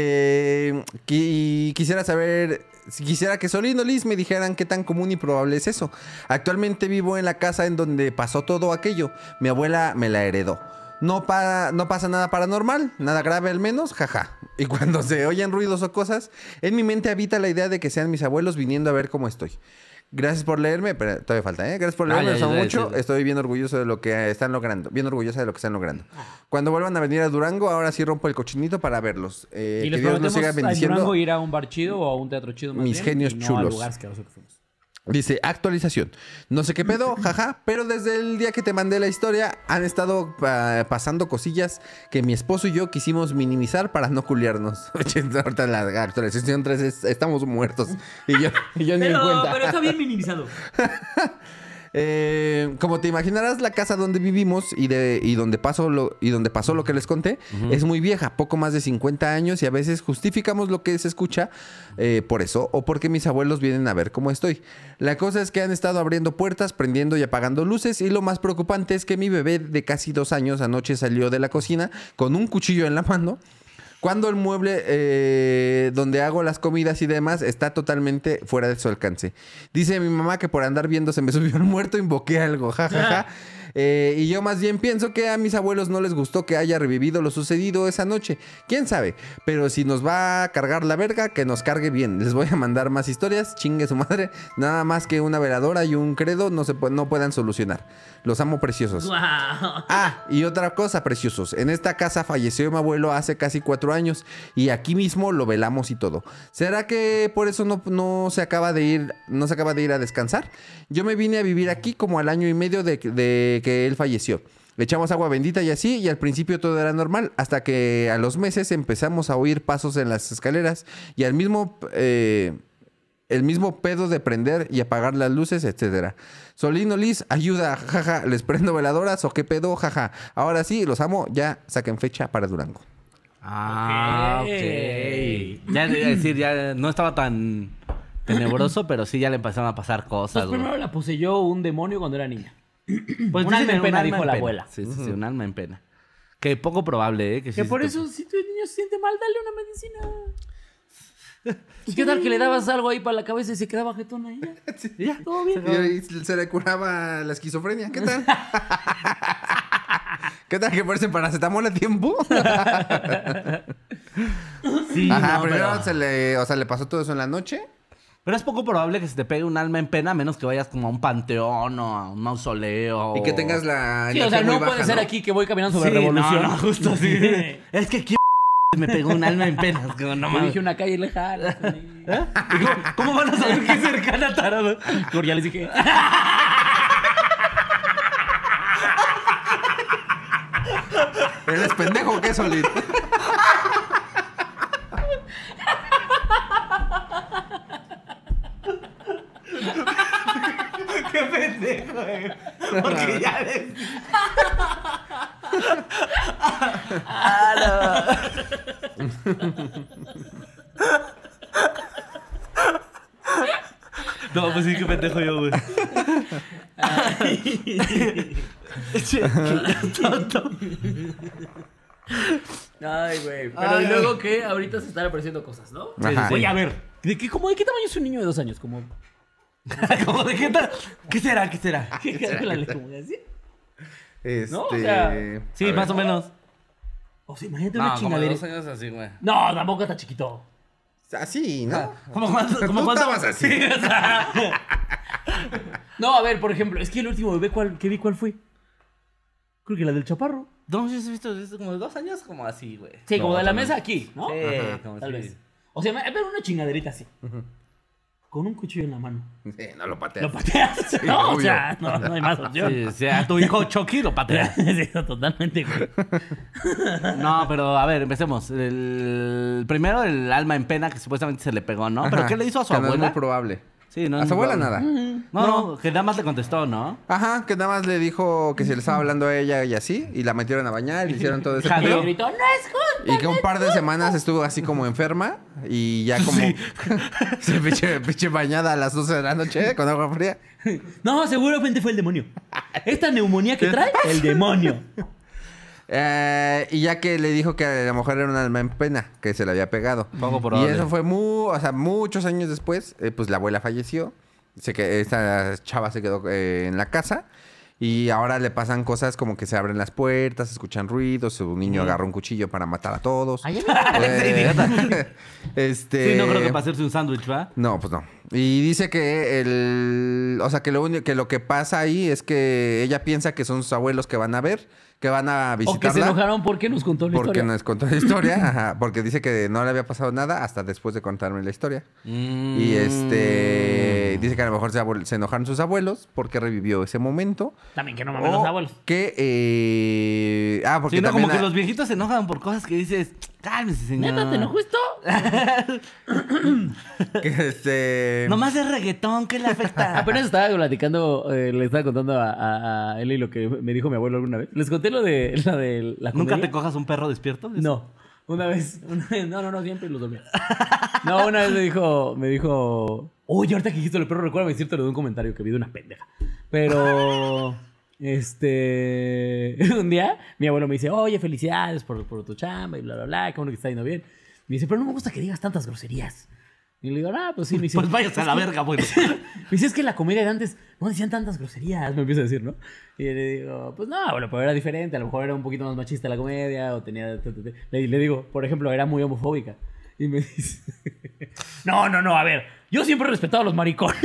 Quisiera saber... Quisiera que Solín o Liz me dijeran qué tan común y probable es eso. Actualmente vivo en la casa en donde pasó todo aquello. Mi abuela me la heredó. No pasa nada paranormal, nada grave al menos, jaja. Y cuando se oyen ruidos o cosas, en mi mente habita la idea de que sean mis abuelos viniendo a ver cómo estoy. Gracias por leerme, pero todavía falta, ¿eh? Gracias por leerme, ya, mucho. sí. Estoy bien orgulloso de lo que están logrando. Bien orgullosa de lo que están logrando. Cuando vuelvan a venir a Durango, ahora sí rompo el cochinito para verlos. Y Que les Dios los prometemos siga a bendiciendo. Durango ir a un bar chido o a un teatro chido más Mis bien, genios y no chulos. al lugar asqueroso que fuimos. Dice, actualización. No sé qué pedo, jaja, pero desde el día que te mandé la historia han estado pasando cosillas que mi esposo y yo quisimos minimizar para no culiarnos. Ahorita la actualización 3 es, estamos muertos. Y yo ni en cuenta. Pero está bien minimizado. Como te imaginarás, la casa donde vivimos y donde pasó lo que les conté es muy vieja, poco más de 50 años, y a veces justificamos lo que se escucha por eso o porque mis abuelos vienen a ver cómo estoy. La cosa es que han estado abriendo puertas, prendiendo y apagando luces, y lo más preocupante es que mi bebé de casi 2 años anoche salió de la cocina con un cuchillo en la mano, cuando el mueble donde hago las comidas y demás está totalmente fuera de su alcance. Dice mi mamá que por andar viendo se me subió el muerto, invoqué algo, jajaja. Y yo más bien pienso que a mis abuelos no les gustó que haya revivido lo sucedido esa noche. ¿Quién sabe? Pero si nos va a cargar la verga, que nos cargue bien. Les voy a mandar más historias, chingue su madre. Nada más que una veladora y un credo no puedan solucionar. Los amo, preciosos. Wow. Ah, y otra cosa, preciosos. En esta casa falleció mi abuelo hace casi 4 años y aquí mismo lo velamos y todo. ¿Será que por eso no se acaba de ir a descansar? Yo me vine a vivir aquí como al año y medio de que él falleció. Le echamos agua bendita y así, y al principio todo era normal, hasta que a los meses empezamos a oír pasos en las escaleras y el mismo pedo de prender y apagar las luces, etcétera. Solino Liz, ayuda, jaja, ¿les prendo veladoras o qué pedo? Jaja. Ahora sí, los amo, ya saquen fecha para Durango. Ah, Ok. Ya iba a decir, ya no estaba tan tenebroso, pero sí ya le empezaron a pasar cosas, Pues güey. primero la poseyó un demonio cuando era niña. Pues un dicen alma en que pena, un dijo alma en la pena. abuela. Sí, un alma en pena. Que poco probable, ¿eh? Que sí por se eso, si tu niño se siente mal, dale una medicina. ¿Y qué tal que le dabas algo ahí para la cabeza y se quedaba jetón ahí? Ya, todo bien. Y se le curaba la esquizofrenia, ¿qué tal? ¿Qué tal que fuese paracetamol a tiempo? Sí, Ajá, no, primero pero... le pasó todo eso en la noche. Pero es poco probable que se te pegue un alma en pena, a menos que vayas como a un panteón o a un mausoleo. Y que tengas la Sí, o sea, energía muy no baja, puede ser ¿no? aquí que voy caminando sobre Sí, revolución. no, justo así. Es que aquí me pegó un alma en pena. Es como, no Yo mames. dije una calle lejana. ¿Eh? ¿Cómo van a saber que es cercana, tarado? Porque ya les dije. ¿Eres pendejo o qué, Solid? ¡Qué pendejo, güey! Porque ya ves. No, pues sí, qué pendejo yo, güey. Che, qué tonto. Ay, güey. Pero Ay, y luego que ahorita se están apareciendo cosas, ¿no? Ajá. Oye, a ver. ¿De qué tamaño es un niño de 2 años? Como. ¿Cómo de qué tal? ¿Qué será? ¿Qué será? ¿Qué cálculo? ¿Como de así? ¿No? O sea, Sí, a más ver. o menos. O sea, imagínate una No, como de chingadera. 2 años así, güey. No, tampoco está chiquito. Así, ¿no? ¿Cómo cuánto? Tú ¿Cómo cuánto? estabas así. Sí, o sea. No, a ver, por ejemplo, es que el último bebé que vi, ¿cuál fue? Creo que la del chaparro. No, yo he visto como de 2 años como así, güey. Sí, como de la más o mesa aquí, ¿no? Sí, Ajá. como Tal así. vez. O sea, pero una chingaderita así. Con un cuchillo en la mano. Sí, no lo pateas. Lo pateas. No, o obvio. sea, no hay más opción. Sí, o sea, tu hijo Chucky lo patea. Sí, totalmente, güey. No, pero a ver, empecemos. El primero, el alma en pena que supuestamente se le pegó, ¿no? ¿Pero Ajá. qué le hizo a su Que no es abuela? muy probable. Sí, no A es su muy abuela probable. nada. No, que nada más le contestó, ¿no? Ajá, que nada más le dijo que se le estaba hablando a ella y así, y la metieron a bañar y le hicieron todo ese Jadeo. Y pedo. gritó, no es justo. Y que un par de semanas estuvo así como enferma y ya como se pinche bañada a las 12 de la noche con agua fría. No, seguramente fue el demonio. Esta neumonía que trae, el demonio. Y ya que le dijo que a la mujer era un alma en pena, que se le había pegado. Poco Y probable. eso fue muchos años después, pues la abuela falleció. Esta chava se quedó en la casa. Y ahora le pasan cosas como que se abren las puertas, se escuchan ruidos, un niño agarra un cuchillo para matar a todos. Ay, Sí, no creo que para hacerse un sándwich, ¿va? No, pues no. Y dice que o sea, que lo que pasa ahí es que ella piensa que son sus abuelos que van a ver, que van a O que visitarla. se enojaron porque nos contó la Porque historia. nos contó la historia, ajá, porque dice que no le había pasado nada hasta después de contarme la historia. Y dice que a lo mejor se enojaron sus abuelos porque revivió ese momento. También que no mames los abuelos. Que porque Sí, no, también como que los viejitos se enojan por cosas que dices, cálmese, señor. ¿Neta te enojó esto? que Nomás es reggaetón, ¿qué le afecta? Apenas estaba platicando, le estaba contando a Eli lo que me dijo mi abuelo alguna vez. Les conté lo de la ¿Nunca comedia. te cojas un perro despierto? No. Una vez, no, siempre los dormía. No, una vez me dijo, oye, ahorita que dijiste lo del perro, recuerda decirte lo de un comentario que vi de una pendeja. Pero, un día mi abuelo me dice, oye, felicidades por tu chamba y bla, bla, bla, qué bueno que está yendo bien. Me dice, pero no me gusta que digas tantas groserías. Y le digo, pues sí. Me dice, Pues váyase a la verga, bueno. me dice, es que en la comedia de antes no decían tantas groserías, me empieza a decir, ¿no? Y le digo, pues no, bueno, pero era diferente, a lo mejor era un poquito más machista la comedia, o tenía... Le digo, por ejemplo, era muy homofóbica. Y me dice, no, a ver, yo siempre he respetado a los maricones.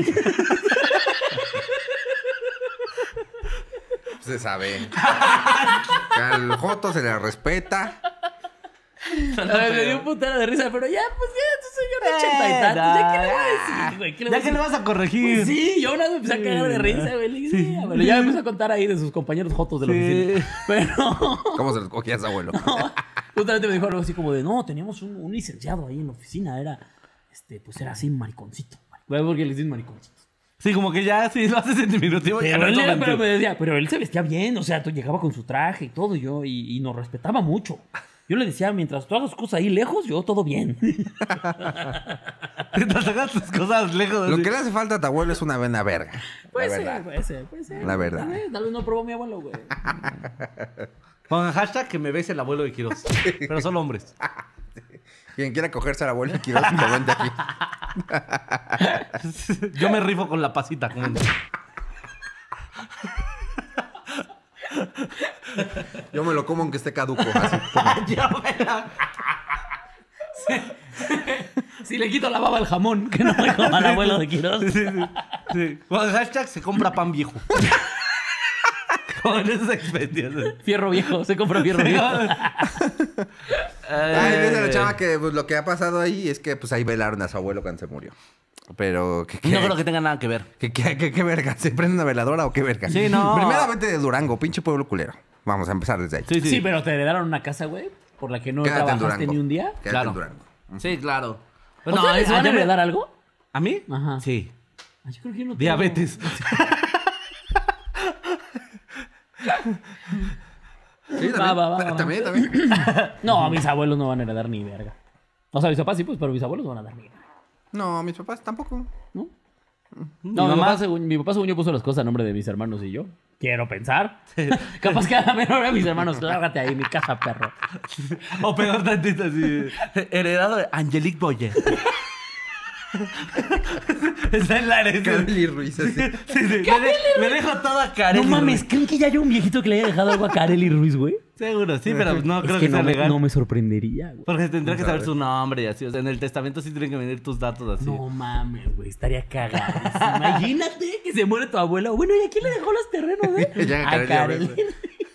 se sabe. Al joto se le respeta. Me dio un putero de risa, pero ya, pues ya, señor de 80 y tantos, ¿ya qué le voy a decir, güey? Ya que le vas a corregir. Pues sí, yo una vez me empecé a cagar de risa, güey. Le dije, sí, abuelo. Ya me empezó a contar ahí de sus compañeros jotos de la oficina. Pero... ¿Cómo se los cogías, abuelo? Justamente me dijo algo así como de, no, teníamos un licenciado ahí en la oficina, era, pues era así mariconcito. Porque le dicen mariconcito. Sí, como que ya sí lo haces en diminutivo. Ya no es Pero me decía, pero él se vestía bien, o sea, tú llegaba con su traje y todo, y nos respetaba mucho. Yo le decía, mientras tú hagas cosas ahí lejos, yo todo bien. Mientras hagas tus cosas lejos. Lo así. que le hace falta a tu abuelo es una buena verga. Puede la ser, verdad. puede ser. La verdad. Tal vez no probó mi abuelo, güey. Con hashtag que me bese el abuelo de Quiroz. Pero solo hombres. Quien quiera cogerse al abuelo Quiroz, comente aquí. Yo me rifo con la pasita. Yo me lo como aunque esté caduco. Así. Si le quito la baba al jamón, que no me coma el abuelo de Quiroz. Sí. Con hashtag se compra pan viejo. Con esas experiencias. Fierro viejo, se compra fierro viejo. Ay, dice la chava que pues, lo que ha pasado ahí es que pues ahí velaron a su abuelo cuando se murió. Pero No creo que tenga nada que ver. ¿Qué verga? ¿Se prende una veladora o qué verga? Sí, no. Primeramente de Durango, pinche pueblo culero. Vamos a empezar desde ahí. Sí, pero te heredaron una casa, güey, por la que no Quédate en trabajaste Durango. ni un día. Quédate Claro. en Durango. Sí, claro. ¿O sea, ¿les van a heredar algo? ¿A mí? Ajá. Sí. Ay, yo creo que yo no tengo- Diabetes. Sí, Va. también. No, mis abuelos no van a heredar ni verga. O sea, mis papás sí, pues, pero mis abuelos no van a dar ni verga. No, mis papás tampoco. ¿No? No, mi papá según yo puso las cosas a nombre de mis hermanos y yo. Quiero pensar. Capaz que a la menor de mis hermanos, lárgate ahí, mi casa, perro. O peor tantito así. Heredado de Angelique Boyer. Está en la herencia. Carly Ruiz, así. Sí. Le dejo todo a Karen. No mames, ¿creen que ya hay un viejito que le haya dejado algo a Kareli Ruiz, güey? Seguro, sí, pero no creo Es que que sea no legal. me sorprendería, güey. Porque tendría que Vamos a saber ver. su nombre y así. O sea, en el testamento sí tienen que venir tus datos así. No mames, güey, estaría cagado. Imagínate que se muere tu abuelo. Bueno, ¿y a quién le dejó los terrenos, eh? Ya, A Kareli Kareli.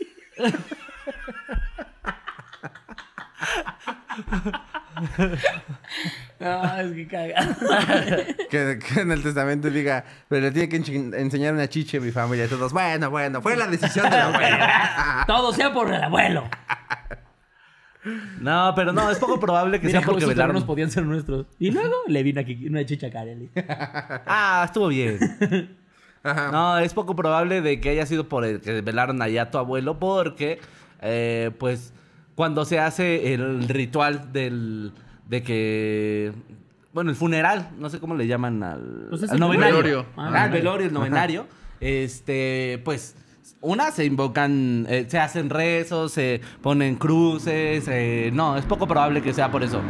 No, es que cagado. Que en el testamento diga, pero le tiene que enseñar una chiche a mi familia. Y todos, bueno, fue la decisión de la abuela. Todo sea por el abuelo. No, pero no, es poco probable que Mira sea cómo porque esos terrenos velaron. podían ser nuestros. Y luego le vino aquí una chicha a Kareli. Ah, estuvo bien. Ajá. No, es poco probable de que haya sido por el que velaron allá a tu abuelo porque, pues, cuando se hace el ritual de que... Bueno, el funeral, no sé cómo le llaman Pues es al el novenario. velorio. El velorio, el novenario. Pues... se invocan, se hacen rezos, se ponen cruces. No, es poco probable que sea por eso.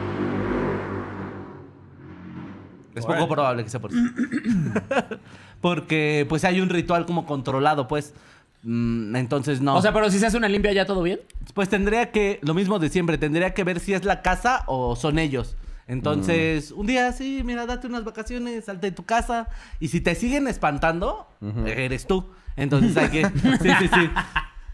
Es poco probable que sea por eso. Porque, pues, hay un ritual como controlado, pues. Entonces, no. O sea, pero si se hace una limpia, ¿ya todo bien? Pues tendría que, lo mismo de siempre, tendría que ver si es la casa o son ellos. Entonces, un día sí, mira, date unas vacaciones, salte de tu casa. Y si te siguen espantando, eres tú. Entonces hay que... Sí.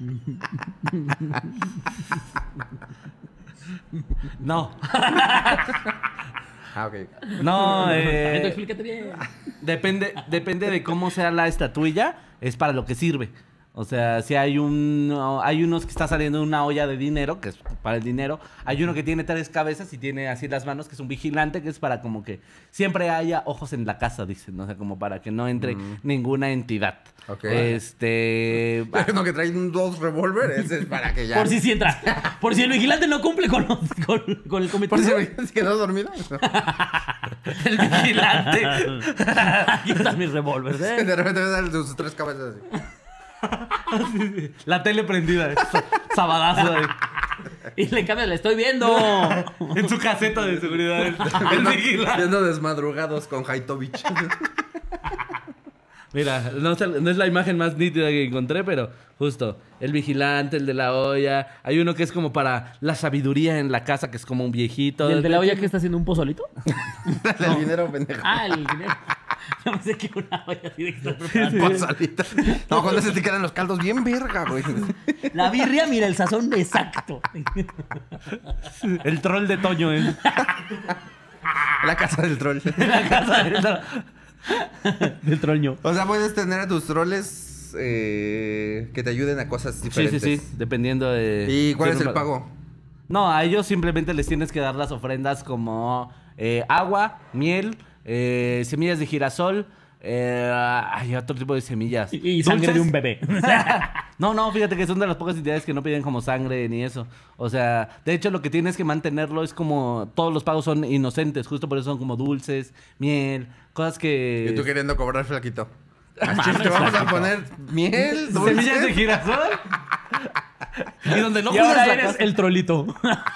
No. Ah, ok. No, Tú explícate bien. depende de cómo sea la estatuilla, es para lo que sirve. O sea, si hay unos que está saliendo una olla de dinero, que es para el dinero. Hay uno que tiene 3 cabezas y tiene así las manos, que es un vigilante, que es para como que siempre haya ojos en la casa, dicen. O sea, como para que no entre ninguna entidad. Ok. Uno que trae 2 revólveres es para que ya... Por si sí entra. Por si el vigilante no cumple con el cometido. Por si se quedó dormido. El vigilante. Aquí están mis revólveres, ¿eh? De repente ves sus 3 cabezas así. La tele prendida. Sabadazo. Y le cambia, le estoy viendo. En su caseta de seguridad. El vigilante. Viendo desmadrugados con Haitovich. Mira, no es la imagen más nítida que encontré, pero justo, el vigilante, el de la olla. Hay uno que es como para la sabiduría en la casa, que es como un viejito. ¿Y el de la olla que está haciendo un pozolito? El dinero, pendejo. Ah, el dinero. Yo pensé que una olla así de que está preparando. Pozolita. No, cuando se te quedan los caldos bien verga, güey. La birria, mira, el sazón exacto. El troll de Toño, ¿eh? La casa del troll. La casa del troño. O sea, puedes tener a tus troles que te ayuden a cosas diferentes. Sí, dependiendo de... ¿Y cuál es el pago? No, a ellos simplemente les tienes que dar las ofrendas como agua, miel, semillas de girasol, hay otro tipo de semillas. Y sangre ¿Dulces? de un bebé. No, fíjate que son de las pocas entidades que no piden como sangre ni eso. O sea, de hecho lo que tienes que mantenerlo es como... Todos los pagos son inocentes, justo por eso son como dulces, miel, cosas que... Y tú queriendo cobrar, flaquito. Mames, Te vamos a flaquito. poner miel, dulces. Semillas de girasol. Y donde no Y ahora usas la eres cosa- el trolito.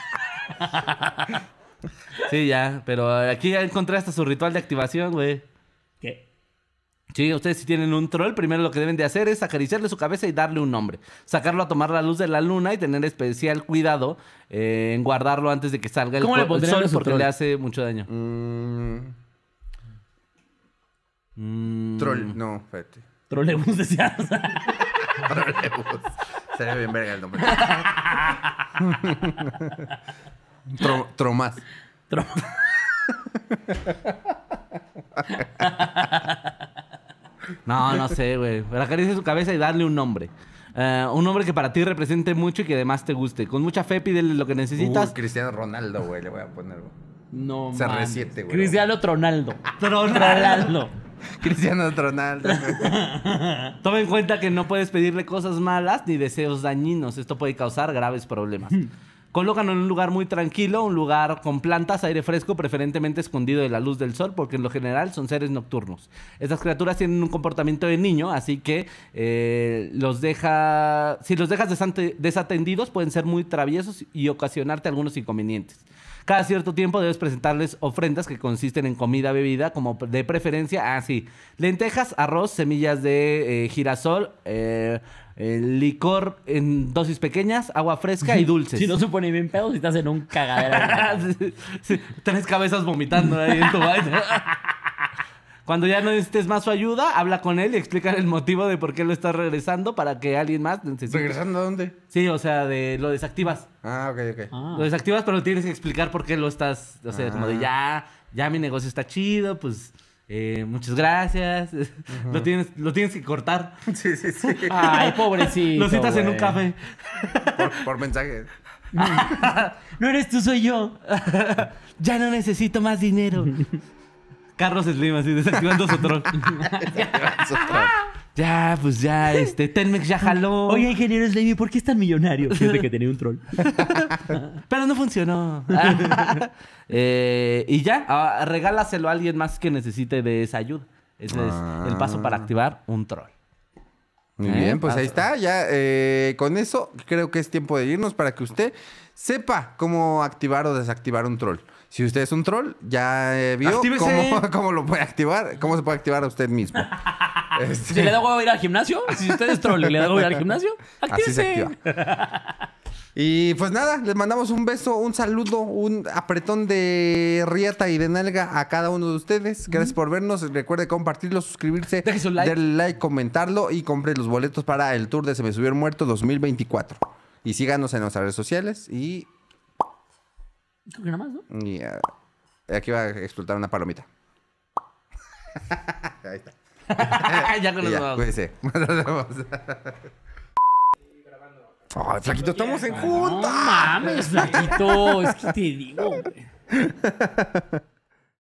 Sí, ya, pero aquí ya encontré hasta su ritual de activación, güey. ¿Qué? Sí, ustedes si tienen un troll, primero lo que deben de hacer es acariciarle su cabeza y darle un nombre. Sacarlo a tomar la luz de la luna y tener especial cuidado en guardarlo antes de que salga ¿Cómo le el pondrían sol a su porque troll? le hace mucho daño. Troll, no, espérate. Trolebus decías. Trolebus. Sería bien verga el nombre. Tromás. No sé, güey. Pero acaricia su cabeza y darle un nombre. Un nombre que para ti represente mucho y que además te guste. Con mucha fe pídele lo que necesitas. Cristiano Ronaldo, güey, le voy a poner. Güey. No, CR7, mames. güey. Cristiano Tronaldo. Tronaldo. Cristiano Ronaldo. Toma en cuenta que no puedes pedirle cosas malas ni deseos dañinos. Esto puede causar graves problemas. Colócalo en un lugar muy tranquilo, un lugar con plantas, aire fresco, preferentemente escondido de la luz del sol, porque en lo general son seres nocturnos. Estas criaturas tienen un comportamiento de niño, así que si los dejas desatendidos, pueden ser muy traviesos y ocasionarte algunos inconvenientes. Cada cierto tiempo debes presentarles ofrendas que consisten en comida, bebida, como de preferencia, lentejas, arroz, semillas de girasol, licor en dosis pequeñas, agua fresca y dulces. Si no se pone bien pedo, si estás en un cagadero. Sí, 3 cabezas vomitando ahí en tu baño. Cuando ya no necesites más su ayuda, habla con él y explícale el motivo de por qué lo estás regresando para que alguien más necesite. ¿Regresando a dónde? Sí, o sea, lo desactivas. Ah, ok. Ah. Lo desactivas, pero tienes que explicar por qué lo estás... O sea, como de ya mi negocio está chido, pues... muchas gracias. Lo tienes que cortar. Sí. Ay, pobrecito. Lo citas en un güey. café. Por mensaje. No eres tú, soy yo. Ya no necesito más dinero. Carlos Slim, así, desactivando su troll. Ya, pues ya, Telmex ya jaló. Oye, ingeniero Slavy, ¿por qué es tan millonario? Fíjate que tenía un troll. Pero no funcionó. Y ya, regálaselo a alguien más que necesite de esa ayuda. Ese es el paso para activar un troll. Muy bien, pues ahí está. Ya con eso creo que es tiempo de irnos para que usted sepa cómo activar o desactivar un troll. Si usted es un troll, ya vio cómo lo puede activar, cómo se puede activar a usted mismo. Si le da huevo ir al gimnasio, si usted es troll y le da huevo ir al gimnasio, Así se actívese. activa. Y pues nada, les mandamos un beso, un saludo, un apretón de riata y de nalga a cada uno de ustedes. Gracias por vernos. Recuerde compartirlo, suscribirse, Deje su like. darle like, comentarlo y compre los boletos para el tour de Se Me Subió el Muerto 2024. Y síganos en nuestras redes sociales y Creo que nada más, ¿no? Y aquí va a explotar una palomita. Ahí está. Ya con Y los ya, dos. cuídense. Nos vemos. Ay, flaquito, estamos en junta. No mames, flaquito. Es que te digo, güey.